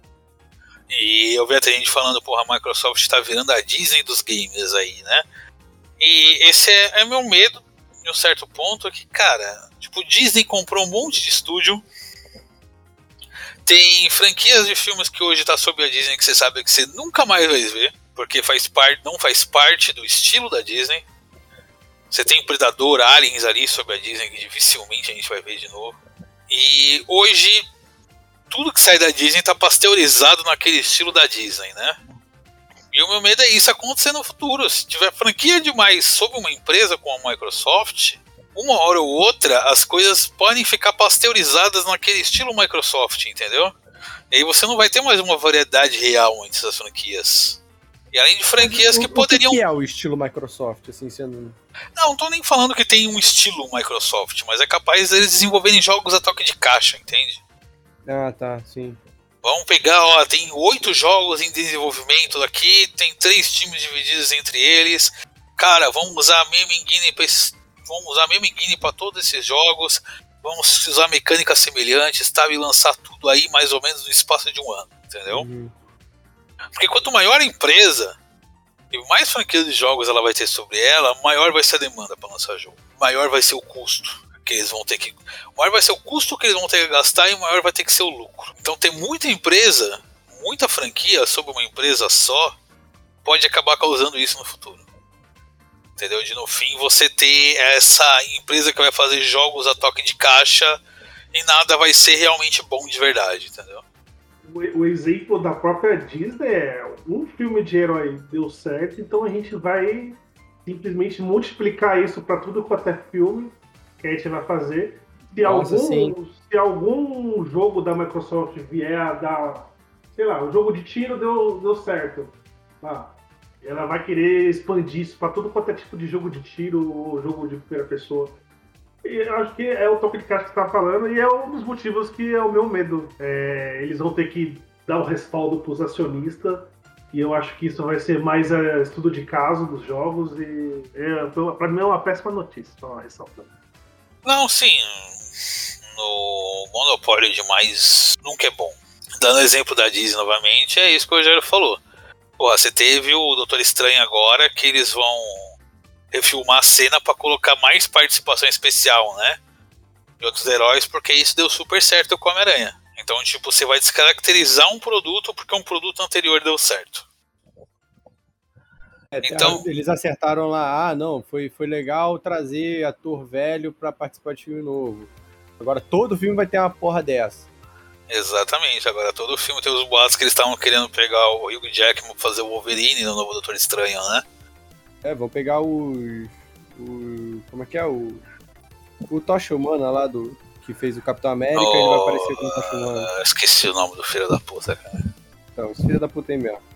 E eu vi até gente falando, porra, a Microsoft tá virando a Disney dos games aí, né? E esse é, é meu medo, de um certo ponto, é que, cara, tipo, Disney comprou um monte de estúdio. Tem franquias de filmes que hoje tá sob a Disney que você sabe que você nunca mais vai ver, porque faz parte, não faz parte do estilo da Disney. Você tem o Predador, Aliens ali sob a Disney, que dificilmente a gente vai ver de novo. E hoje, tudo que sai da Disney tá pasteurizado naquele estilo da Disney, né? E o meu medo é isso acontecer no futuro. Se tiver franquia demais sob uma empresa como a Microsoft, uma hora ou outra, as coisas podem ficar pasteurizadas naquele estilo Microsoft, entendeu? E aí você não vai ter mais uma variedade real entre as franquias. E além de franquias o, que poderiam... O que é o estilo Microsoft, assim, sendo... Não, não tô nem falando que tem um estilo Microsoft, mas é capaz deles desenvolverem jogos a toque de caixa, entende? Ah, tá, sim. Vamos pegar, ó, tem oito jogos em desenvolvimento aqui, tem três times divididos entre eles. Cara, vamos usar a mesma engine pra esse... Vamos usar a mesma engine para todos esses jogos, vamos usar mecânicas semelhantes, tá? E lançar tudo aí mais ou menos no espaço de um ano, entendeu? Uhum. Porque quanto maior a empresa e mais franquias de jogos ela vai ter sobre ela, maior vai ser a demanda para lançar jogo, maior vai ser o custo que eles vão ter que, maior vai ser o custo que eles vão ter que gastar e maior vai ter que ser o lucro. Então ter muita empresa, muita franquia sobre uma empresa só pode acabar causando isso no futuro. Entendeu? De no fim você ter essa empresa que vai fazer jogos a toque de caixa e nada vai ser realmente bom de verdade, entendeu? O, o exemplo da própria Disney é um filme de herói deu certo, então a gente vai simplesmente multiplicar isso para tudo quanto é filme que a gente vai fazer. Se, Nossa, algum, se algum jogo da Microsoft vier a dar, sei lá, o jogo de tiro deu, deu certo. Ah, ela vai querer expandir isso para tudo quanto é tipo de jogo de tiro ou jogo de primeira pessoa. E eu acho que é o toque de caixa que você tá falando e é um dos motivos que é o meu medo. É, eles vão ter que dar o respaldo pros acionistas e eu acho que isso vai ser mais é, estudo de caso dos jogos e é, para mim é uma péssima notícia, só ressaltando. Não, sim, no monopólio demais nunca é bom. Dando exemplo da Disney novamente, é isso que o Rogério falou. Porra, você teve o Doutor Estranho agora, que eles vão refilmar a cena pra colocar mais participação especial, né? De outros heróis, porque isso deu super certo com o Homem-Aranha. Então, tipo, você vai descaracterizar um produto porque um produto anterior deu certo. É, Então, eles acertaram lá, ah, não, foi, foi legal trazer ator velho pra participar de filme novo. Agora todo filme vai ter uma porra dessa. exatamente, agora todo filme tem os boatos que eles estavam querendo pegar o Hugh Jackman pra fazer o Wolverine no novo Doutor Estranho, né? É, vão pegar os... os como é que é? O, o Tocha Humana lá, do, que fez o Capitão América, Oh, ele vai aparecer como Tocha Humana. Esqueci o nome do filho da puta, cara. Então, esse filho da puta aí mesmo.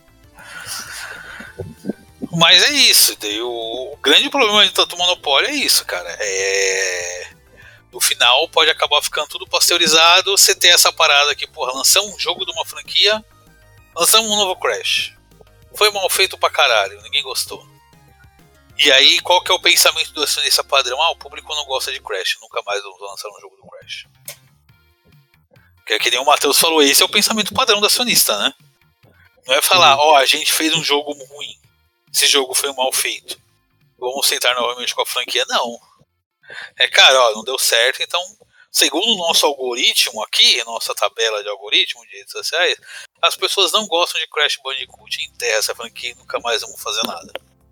Mas é isso, daí o, o grande problema de tanto monopólio é isso, cara. É... No final pode acabar ficando tudo pasteurizado, você ter essa parada aqui, porra, lançamos um jogo de uma franquia, lançamos um novo Crash. Foi mal feito pra caralho, ninguém gostou. E aí, qual que é o pensamento do acionista padrão? Ah, o público não gosta de Crash, nunca mais vamos lançar um jogo do Crash. Que é que nem o Matheus falou, esse é o pensamento padrão do acionista, né? Não é falar, ó, oh, a gente fez um jogo ruim, esse jogo foi mal feito, vamos sentar novamente com a franquia. Não. É, cara, ó, não deu certo, então, segundo o nosso algoritmo aqui, nossa tabela de algoritmo de redes sociais, as pessoas não gostam de Crash Bandicoot, enterra essa franquia e nunca mais vamos fazer nada.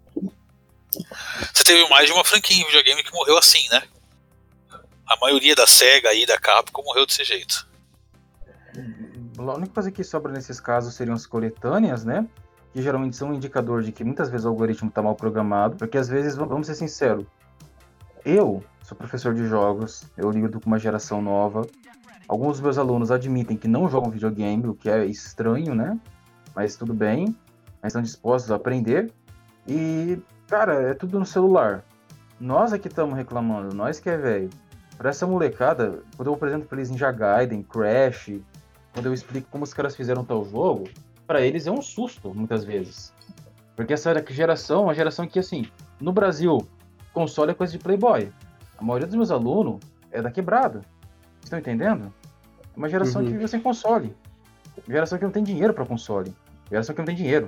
Você teve mais de uma franquia em videogame que morreu assim, né? A maioria da SEGA e da Capcom morreu desse jeito. A única coisa que sobra nesses casos seriam as coletâneas, né? Que geralmente são um indicador de que muitas vezes o algoritmo está mal programado, porque às vezes, vamos ser sinceros, eu sou professor de jogos, eu lido com uma geração nova, alguns dos meus alunos admitem que não jogam videogame, o que é estranho, né? Mas tudo bem, mas estão dispostos a aprender, e, cara, é tudo no celular. Nós aqui estamos reclamando, nós que é velho. Para essa molecada, quando eu apresento para eles Ninja Gaiden, Crash, quando eu explico como os caras fizeram tal jogo, para eles é um susto, muitas vezes. Porque essa geração é uma geração que, assim, no Brasil, console é coisa de playboy. A maioria dos meus alunos é da quebrada. Vocês estão entendendo? É uma geração uhum. que vive sem console. Uma geração que não tem dinheiro para console. Uma geração que não tem dinheiro.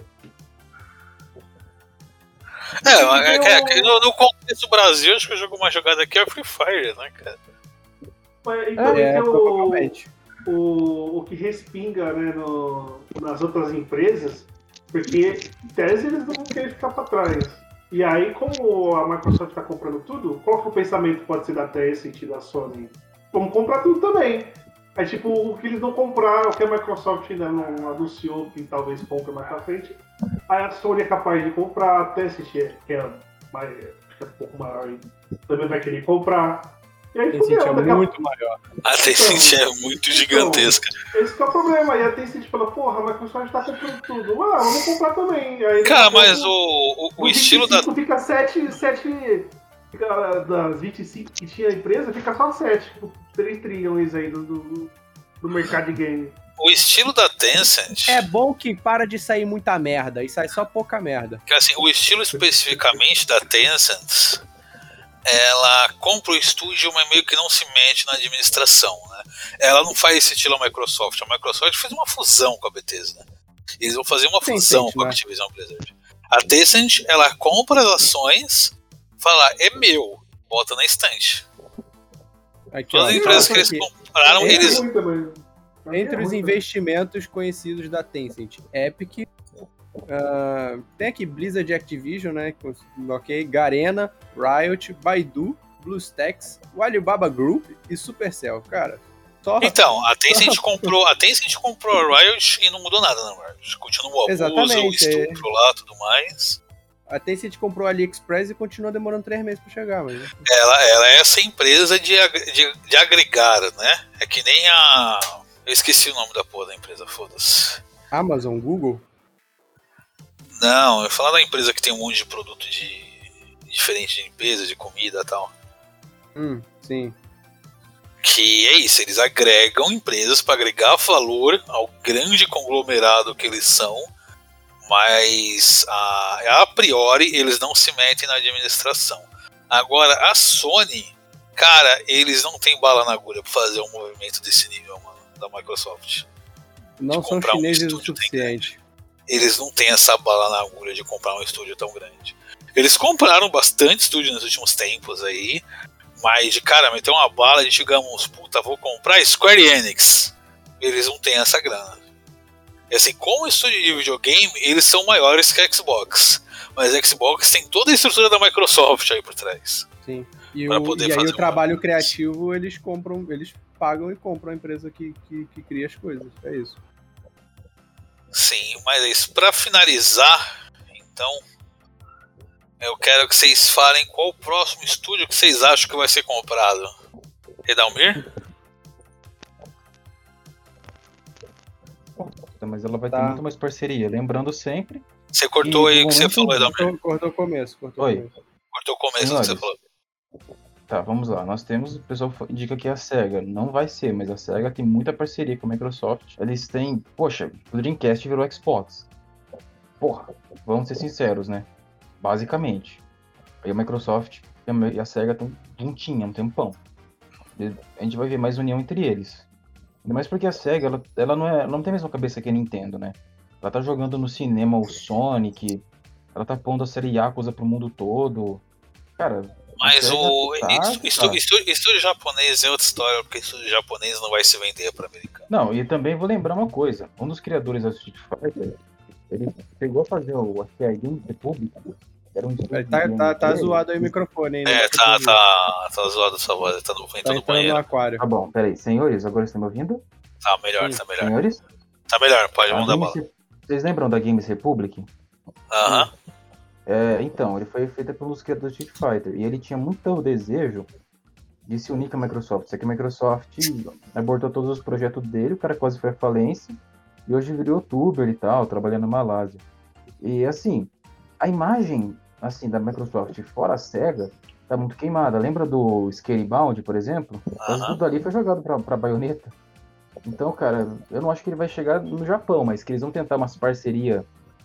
É, é, é no, no contexto do Brasil, acho que o jogo mais jogado aqui é Free Fire, né, cara? Mas, então, é, é, provavelmente. O, o que respinga, né, no, nas outras empresas, porque em tese eles não vão querer ficar para trás. E aí, como a Microsoft está comprando tudo, qual que o pensamento pode ser da Tencent e da Sony? Vamos comprar tudo também. Aí, tipo, o que eles não compraram, o que a Microsoft ainda não anunciou que talvez compre mais pra frente, aí a Sony é capaz de comprar, a Tencent, que é, mais, acho que é um pouco maior, também vai querer comprar. E aí, a Tencent é muito a... maior. A Tencent então, é muito gigantesca. Então, esse que é o problema. E a Tencent fala, porra, a Microsoft tá comprando tudo. Ah, vamos comprar também. Aí, cara, mas o, o, o, o estilo da... Fica sete, sete... Fica, das vinte e cinco que tinha a empresa, fica só sete. Tipo, três trilhões aí do, do, do mercado de game. O estilo da Tencent... É bom que para de sair muita merda. E sai só pouca merda. Porque, assim, o estilo especificamente da Tencent... Ela compra o estúdio, mas meio que não se mete na administração, né? Ela não faz esse estilo a Microsoft. A Microsoft fez uma fusão com a Bethesda. Eles vão fazer uma fusão Tencent, com a Activision Blizzard. A Tencent, ela compra as ações, fala, é meu, bota na estante. Aqui, Todas ó, as empresas que eles aqui. compraram, Entre, eles... Entre os investimentos conhecidos da Tencent, Epic, uh, tem aqui Blizzard Activision, né? Ok, Garena, Riot, Baidu, BlueStacks, o Alibaba Group e Supercell, cara. Só... Então, a Tencent comprou, a Tencent comprou a Riot e não mudou nada na Riot. Continua o abuso, o estupro lá, tudo mais. A Tencent comprou a AliExpress e continua demorando três meses pra chegar, mas... Ela, ela é essa empresa de, de, de agregar, né? É que nem a... Eu esqueci o nome da porra da empresa, foda-se. Amazon, Google? Não, eu ia falar da empresa que tem um monte de produto de diferente de limpeza, de comida e tal. Hum, sim. Que é isso, eles agregam empresas para agregar valor ao grande conglomerado que eles são, mas a, a priori eles não se metem na administração. Agora, a Sony, cara, eles não têm bala na agulha para fazer um movimento desse nível, mano, da Microsoft. Não são chineses o suficiente. eles não têm essa bala na agulha de comprar um estúdio tão grande. Eles compraram bastante estúdio nos últimos tempos aí, mas de cara, meter uma bala de, digamos, puta, vou comprar Square Enix. Eles não têm essa grana. E assim, como estúdio de videogame, eles são maiores que a Xbox. Mas a Xbox tem toda a estrutura da Microsoft aí por trás. Sim. E, pra o, poder e aí fazer o um- trabalho criativo, eles compram, eles pagam e compram a empresa que, que, que cria as coisas. É isso. Sim, mas é isso. Pra finalizar, então, eu quero que vocês falem qual o próximo estúdio que vocês acham que vai ser comprado. Redalmir? Mas ela vai Tá. ter muito mais parceria. Lembrando sempre. Você cortou E aí o no que você momento- falou, Redalmir. Cortou, cortou o começo. Cortou o Oi. começo. Cortou o começo do que você Senhores. falou. Tá, vamos lá. Nós temos, o pessoal fa- indica que é a SEGA. Não vai ser, mas a SEGA tem muita parceria com a Microsoft. Eles têm, poxa, o Dreamcast virou Xbox. Porra, vamos ser sinceros, né? Basicamente. Aí a Microsoft e a Me- e a SEGA estão juntinha há um tempão. E a gente vai ver mais união entre eles. Ainda mais porque a SEGA, ela, ela não, é, ela não tem a mesma cabeça que a Nintendo, né? Ela tá jogando no cinema o Sonic, ela tá pondo a série Yakuza pro mundo todo. Cara, Mas SEGA o tá- estu- estu- tá. estu- estúdio japonês é outra história, porque estúdio japonês não vai se vender para americano. Não, e também vou lembrar uma coisa. Um dos criadores da Street Fighter, ele chegou a fazer o acho que é a Game Republic. Era um estúdio Ele tá, de tá, tá game zoado aí o dele. microfone ainda. É, tá, tá, tá zoado essa voz, tá no, Tá entrando no entrando no banheiro. aquário. Tá bom, peraí. Senhores, agora estão me ouvindo? Tá melhor, Sim. tá melhor. Senhores? Tá melhor, pode A mandar Games bala. Re- Vocês lembram da Games Republic? Aham. É, então, ele foi feito pelos criadores do Street Fighter. E ele tinha muito desejo de se unir com a Microsoft. Só que a Microsoft abortou todos os projetos dele, o cara quase foi à falência. E hoje virou youtuber e tal, trabalhando na Malásia. E assim, a imagem assim, da Microsoft fora a SEGA tá muito queimada. Lembra do Scalebound, por exemplo? Quase Aham. tudo ali foi jogado pra, pra baioneta. Então, cara, eu não acho que ele vai chegar no Japão, mas que eles vão tentar umas parceria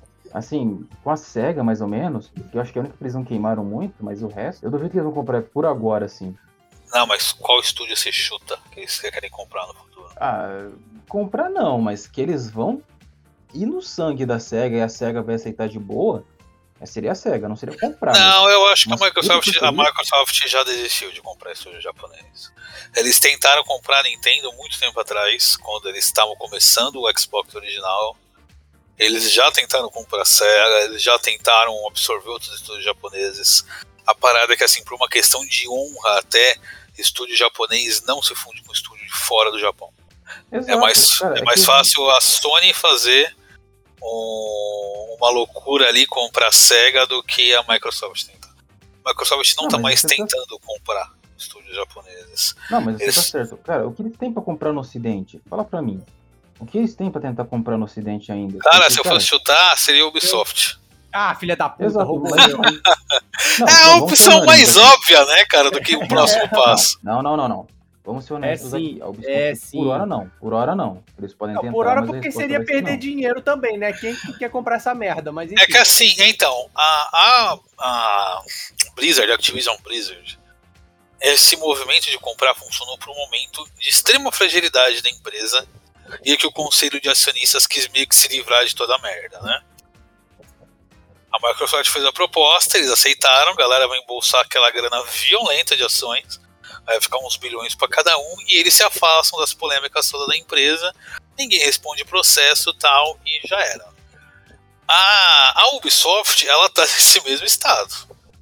assim, com a SEGA, mais ou menos, que eu acho que é a única que eles não queimaram muito, mas o resto, eu duvido que eles vão comprar por agora, assim. Não, mas qual estúdio você chuta que eles querem comprar no futuro? Ah, comprar não, mas que eles vão ir no sangue da SEGA e a SEGA vai aceitar de boa, seria a SEGA, não seria comprar. Não, eu acho que a mas Microsoft, tudo que a eu vi- Microsoft já desistiu de comprar estúdio japonês. Eles tentaram comprar a Nintendo muito tempo atrás, quando eles estavam começando o Xbox original. Eles já tentaram comprar a Sega, eles já tentaram absorver outros estúdios japoneses. A parada é que, assim, por uma questão de honra até, estúdio japonês não se funde com estúdio de fora do Japão. Exato, É mais, cara, é mais que- fácil a Sony fazer um- uma loucura ali, comprar a Sega, do que a Microsoft tentar. A Microsoft não Não, tá mas mais você tá- tentando comprar estúdios japoneses. Não, mas você Eles- tá certo. Cara, o que eles têm pra comprar no Ocidente? Fala pra mim. O que eles têm pra tentar comprar no Ocidente ainda? Cara, Porque, se eu fosse chutar, seria a Ubisoft. Ah, filha da puta, Exato, roubou mas- meu. Não, É não, a vamos ser opção honestos mais aqui. óbvia, né, cara, do que o próximo passo. Não, não, não, não. Vamos ser honestos É sim, aqui. A Ubisoft, é por sim. hora não. Por hora não. Eles podem Não, tentar, por hora mas a porque resposta seria vai ser perder não. dinheiro também, né? Quem que quer comprar essa merda? Mas enfim. É que assim, então, a, a, a Blizzard, a Activision Blizzard, esse movimento de comprar funcionou por um momento de extrema fragilidade da empresa e é que o conselho de acionistas quis meio que se livrar de toda a merda, né? A Microsoft fez a proposta, eles aceitaram, a galera vai embolsar aquela grana violenta de ações, vai ficar uns bilhões para cada um, e eles se afastam das polêmicas todas da empresa, ninguém responde processo e tal, e já era. A, a Ubisoft, ela tá nesse mesmo estado.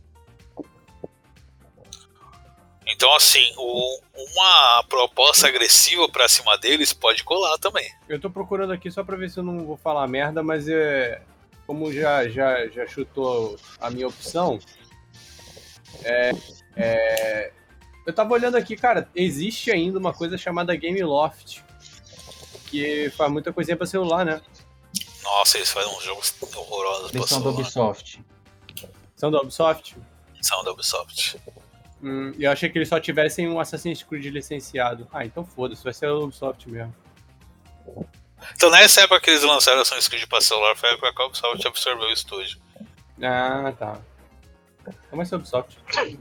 Então, assim, o, uma proposta agressiva pra cima deles pode colar também. Eu tô procurando aqui só pra ver se eu não vou falar merda, mas é, como já, já, já chutou a minha opção, é, é, eu tava olhando aqui, cara, existe ainda uma coisa chamada Gameloft, que faz muita coisinha pra celular, né? Nossa, eles fazem uns jogos horrorosos pra Eles são do celular. Ubisoft. São da Ubisoft? São da Ubisoft. Hum, eu achei que eles só tivessem um Assassin's Creed licenciado. Ah, então foda-se, vai ser a Ubisoft mesmo. Então, nessa época que eles lançaram Assassin's Creed pra celular, foi a época que a Ubisoft absorveu o estúdio. Ah, tá. Então vai ser a Ubisoft.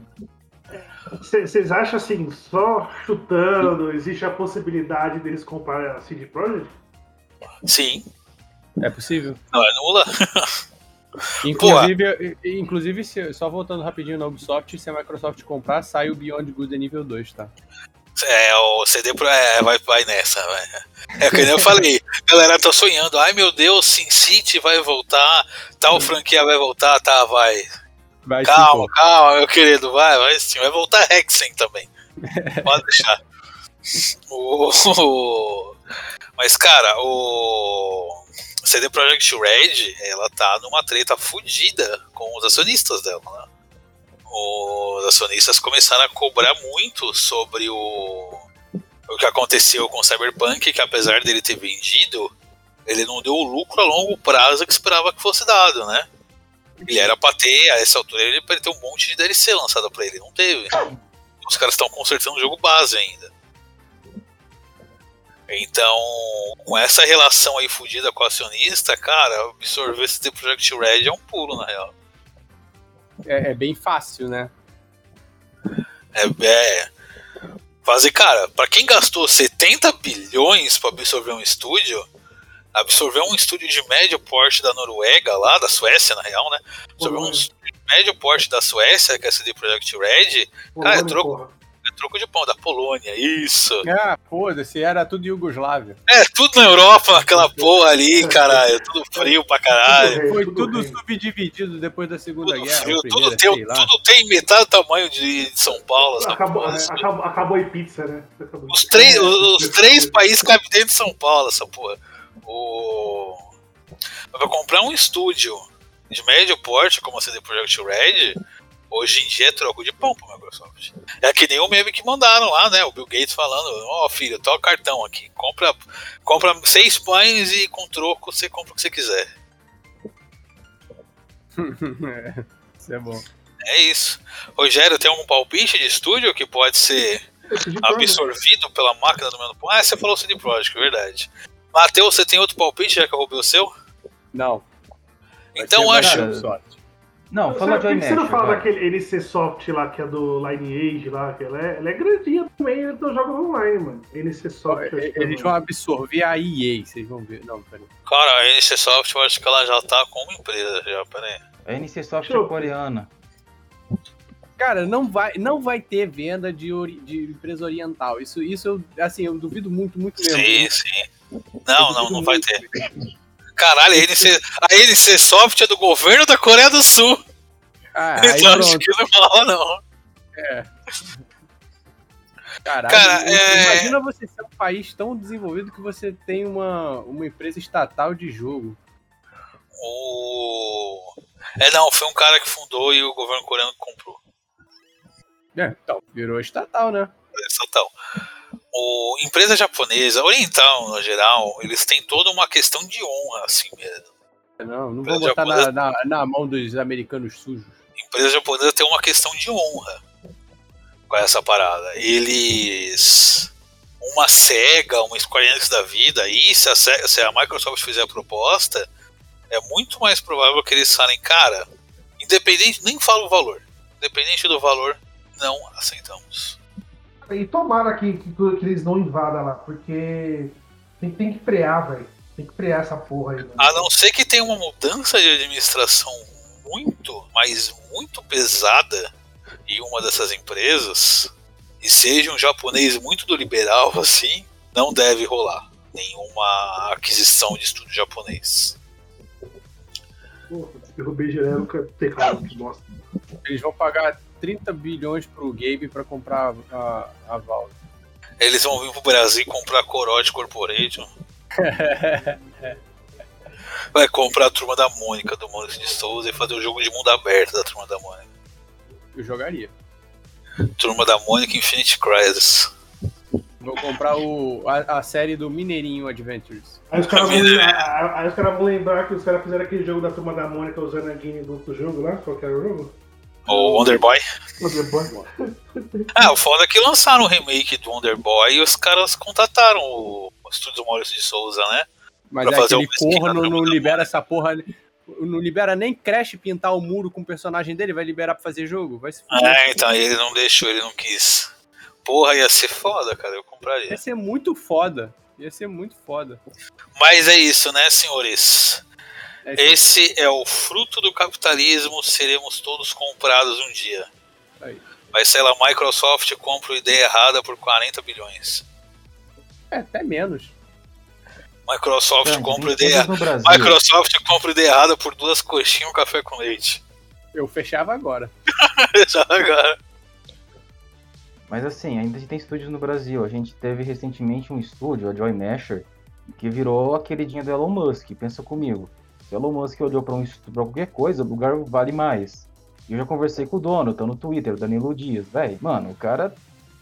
Vocês acham assim, só chutando, existe a possibilidade deles comprar a C D Projekt? Sim. É possível. Não é nula? Inclusive, inclusive se, só voltando rapidinho na Ubisoft, se a Microsoft comprar, sai o Beyond Good nível dois, tá? É, o C D Pro é, vai, vai nessa, vai. É que nem eu falei, a galera tá sonhando, ai meu Deus, Sin City vai voltar, tal franquia vai voltar, tá, vai. vai calma, sim, calma, meu querido, vai, vai sim, vai voltar Hexen também. Pode deixar. o, o, mas, cara, o C D Projekt Red, ela tá numa treta fodida com os acionistas dela, né? Os acionistas começaram a cobrar muito sobre o, o que aconteceu com o Cyberpunk, que apesar dele ter vendido, ele não deu o lucro a longo prazo que esperava que fosse dado, né? Ele era pra ter, a essa altura, ele pra ter um monte de D L C lançado pra ele, não teve. Os caras estão consertando o jogo base ainda. Então, com essa relação aí fodida com o acionista, cara, absorver esse The Projekt Red é um pulo, na real. É, é bem fácil, né? É, é. Fazer, cara, pra quem gastou setenta bilhões pra absorver um estúdio, absorver um estúdio de médio porte da Noruega, lá, da Suécia, na real, né? Absorver um estúdio de médio porte da Suécia, que é a C D Projekt Red, cara, é troco, é troco de pão, da Polônia, isso. Ah, foda-se, era tudo Iugoslávia. É, tudo na Europa, aquela porra ali, caralho, tudo frio pra caralho. Foi tudo subdividido depois da Segunda Tudo Guerra. frio, primeira, tudo, tem, sei lá. tudo tem metade do tamanho de, de São Paulo. Essa Acabou, porra, é, assim. acabou, acabou em pizza, né? Acabou. Os três, os, os três países cabem dentro de São Paulo, essa porra. O... Pra comprar um estúdio de médio porte, como a C D Projekt Red, hoje em dia é troco de pão pra Microsoft. É que nem o meme que mandaram lá, né? O Bill Gates falando, ó oh, filho, toma o cartão aqui, compra, compra seis pães e com troco você compra o que você quiser. É, isso é bom. É isso. Rogério, tem algum palpite de estúdio que pode ser absorvido pela máquina do meu pão? Ah, você falou C D Projekt, é verdade. Matheus, você tem outro palpite já que eu roubei o seu? Não. Então acho. Não, fala de Por que você não iMeasure, fala vai. daquele N C Soft lá, que é do Lineage lá, que ela é, ela é grandinha também, ele tem jogos online, mano. N C Soft. Eles vão absorver a E A, vocês vão ver. Não, peraí. Cara, a N C Soft eu acho que ela já tá como empresa já, peraí. A N C Soft é coreana. Cara, não vai, não vai ter venda de, ori- de empresa oriental. Isso, isso eu, assim, eu duvido muito, muito mesmo. Sim, sim. Não, não, não vai ter. Caralho, a N C, a N C Soft é do governo da Coreia do Sul. Ah, aí Então acho pronto. que não rola, não. É. Caralho, Cara, é- imagina você ser um país tão desenvolvido que você tem uma, uma empresa estatal de jogo. O... É, não, foi um cara que fundou e o governo coreano comprou. É, então, virou estatal, né? Estatal. O empresa japonesa, oriental no geral, eles têm toda uma questão de honra, assim mesmo. Não, não Empresa vou botar japonesa- na, na, na mão dos americanos sujos. empresa japonesa tem uma questão de honra com essa parada. Eles. Uma SEGA, uma Square Enix da vida, aí se a, SEGA, se a Microsoft fizer a proposta, é muito mais provável que eles falem, cara, independente, nem falo o valor, independente do valor, não aceitamos. E tomara que, que, que eles não invadam lá, porque tem, tem que frear, velho. Tem que frear essa porra aí, velho. A não ser que tenha uma mudança de administração muito, mas muito pesada em uma dessas empresas, e seja um japonês muito do liberal assim, não deve rolar nenhuma aquisição de estúdio japonês. Porra, derrubei geral, teclado, que bosta. Eles vão pagar trinta bilhões pro Gabe pra comprar a, a Valve. Eles vão vir pro Brasil comprar a Corote Corporation. Vai comprar a Turma da Mônica do Maurício de Souza e fazer o jogo de mundo aberto da Turma da Mônica. Eu jogaria. Turma da Mônica Infinite Crisis. Vou comprar o, a, a série do Mineirinho Adventures. Aí os caras vão, lembrar- aí os caras vão lembrar que os caras fizeram aquele jogo da Turma da Mônica usando a game do outro jogo lá. Qual que era o jogo? O Wonder Boy. Wonder Boy. Ah, o foda é que lançaram o remake do Wonder Boy e os caras contataram o estúdio do Maurício de Souza, né? Mas Pra é fazer aquele uma skin da corno Turma não da libera essa porra. Não libera nem Crash pintar o muro com o personagem dele, vai liberar pra fazer jogo? Vai se fuder. É, então ele não deixou, ele não quis. Porra, ia ser foda, cara, eu compraria. Vai ser muito foda. Ia ser muito foda. Mas é isso, né, senhores? É isso aí. Esse é o fruto do capitalismo, seremos todos comprados um dia. Aí. Vai ser lá, Microsoft compra a ideia errada por quarenta bilhões. É, até menos. Microsoft Frank, compra tem ideia. estúdios no Brasil. Microsoft compra ideia errada por duas coxinhas e um café com leite. Eu fechava agora. Já agora. Mas assim, ainda tem estúdios no Brasil. A gente teve recentemente um estúdio, a Joy Masher, que virou a queridinha do Elon Musk. Pensa comigo. Se o Elon Musk olhou pra, um, pra qualquer coisa, o lugar vale mais. E eu já conversei com o dono, tá no Twitter, o Danilo Dias. Véi, mano, o cara...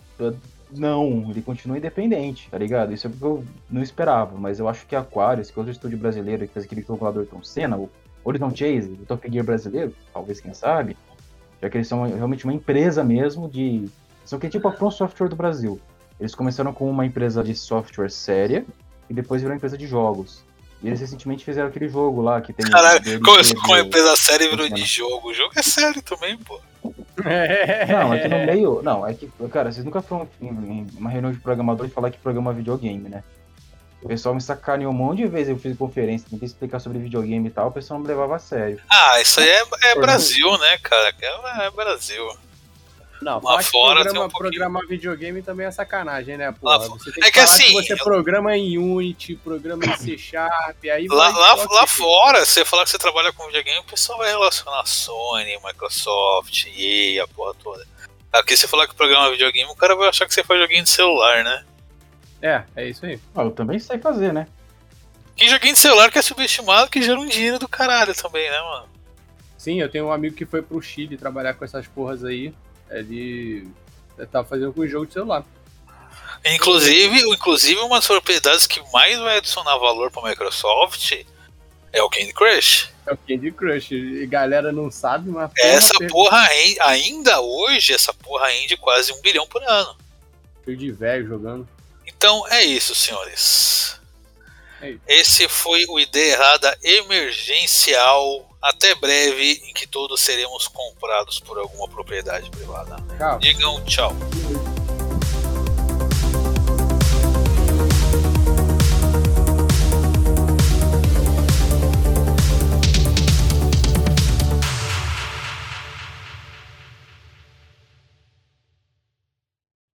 Não, ele continua independente, tá ligado? Isso é porque eu não esperava, mas eu acho que a Aquarius, que é outro estúdio brasileiro que fez aquele calculador Tom Senna, o Horizon Chase, o Top Gear brasileiro, talvez, quem sabe, já que eles são realmente uma empresa mesmo de... São que tipo a From Software do Brasil. Eles começaram com uma empresa de software séria e depois virou uma empresa de jogos. E eles recentemente fizeram aquele jogo lá que tem... Caralho, começou com uma empresa séria e virou de jogo. O jogo é sério também, pô. Não, é que no meio... Não, é que, cara, vocês nunca foram em uma reunião de programador e falar que programa videogame, né? O pessoal me sacaneou um monte de vezes, eu fiz conferência, tentei explicar sobre videogame e tal, o pessoal não me levava a sério. Ah, isso aí é, é Brasil, né, cara? É, é Brasil. Não, lá fora programa, tem um programar videogame também é sacanagem, né, porra? Lá, você tem é que, que falar assim, que você eu... programa em Unity, programa em C Sharp, aí lá, vai... lá, lá fora, você falar que você trabalha com videogame, o pessoal vai relacionar Sony, Microsoft, E A, a porra toda. Aqui você falar que programa videogame, o cara vai achar que você faz joguinho de celular, né? É, é isso aí. Ah, eu também sei fazer, né? Que joguinho de celular que é subestimado, que gera um dinheiro do caralho também, né, mano? Sim, eu tenho um amigo que foi pro Chile trabalhar com essas porras aí. Ele tá fazendo com o jogo de celular. Inclusive, inclusive, uma das propriedades que mais vai adicionar valor pra Microsoft é o Candy Crush. É o Candy Crush. E galera não sabe, mas... Essa porra, ainda hoje, essa porra rende quase um bilhão por ano. Filho de velho jogando. Então é isso, senhores. É isso. Esse foi o Ideia Errada emergencial. Até breve, em que todos seremos comprados por alguma propriedade privada. Tchau. Digam tchau.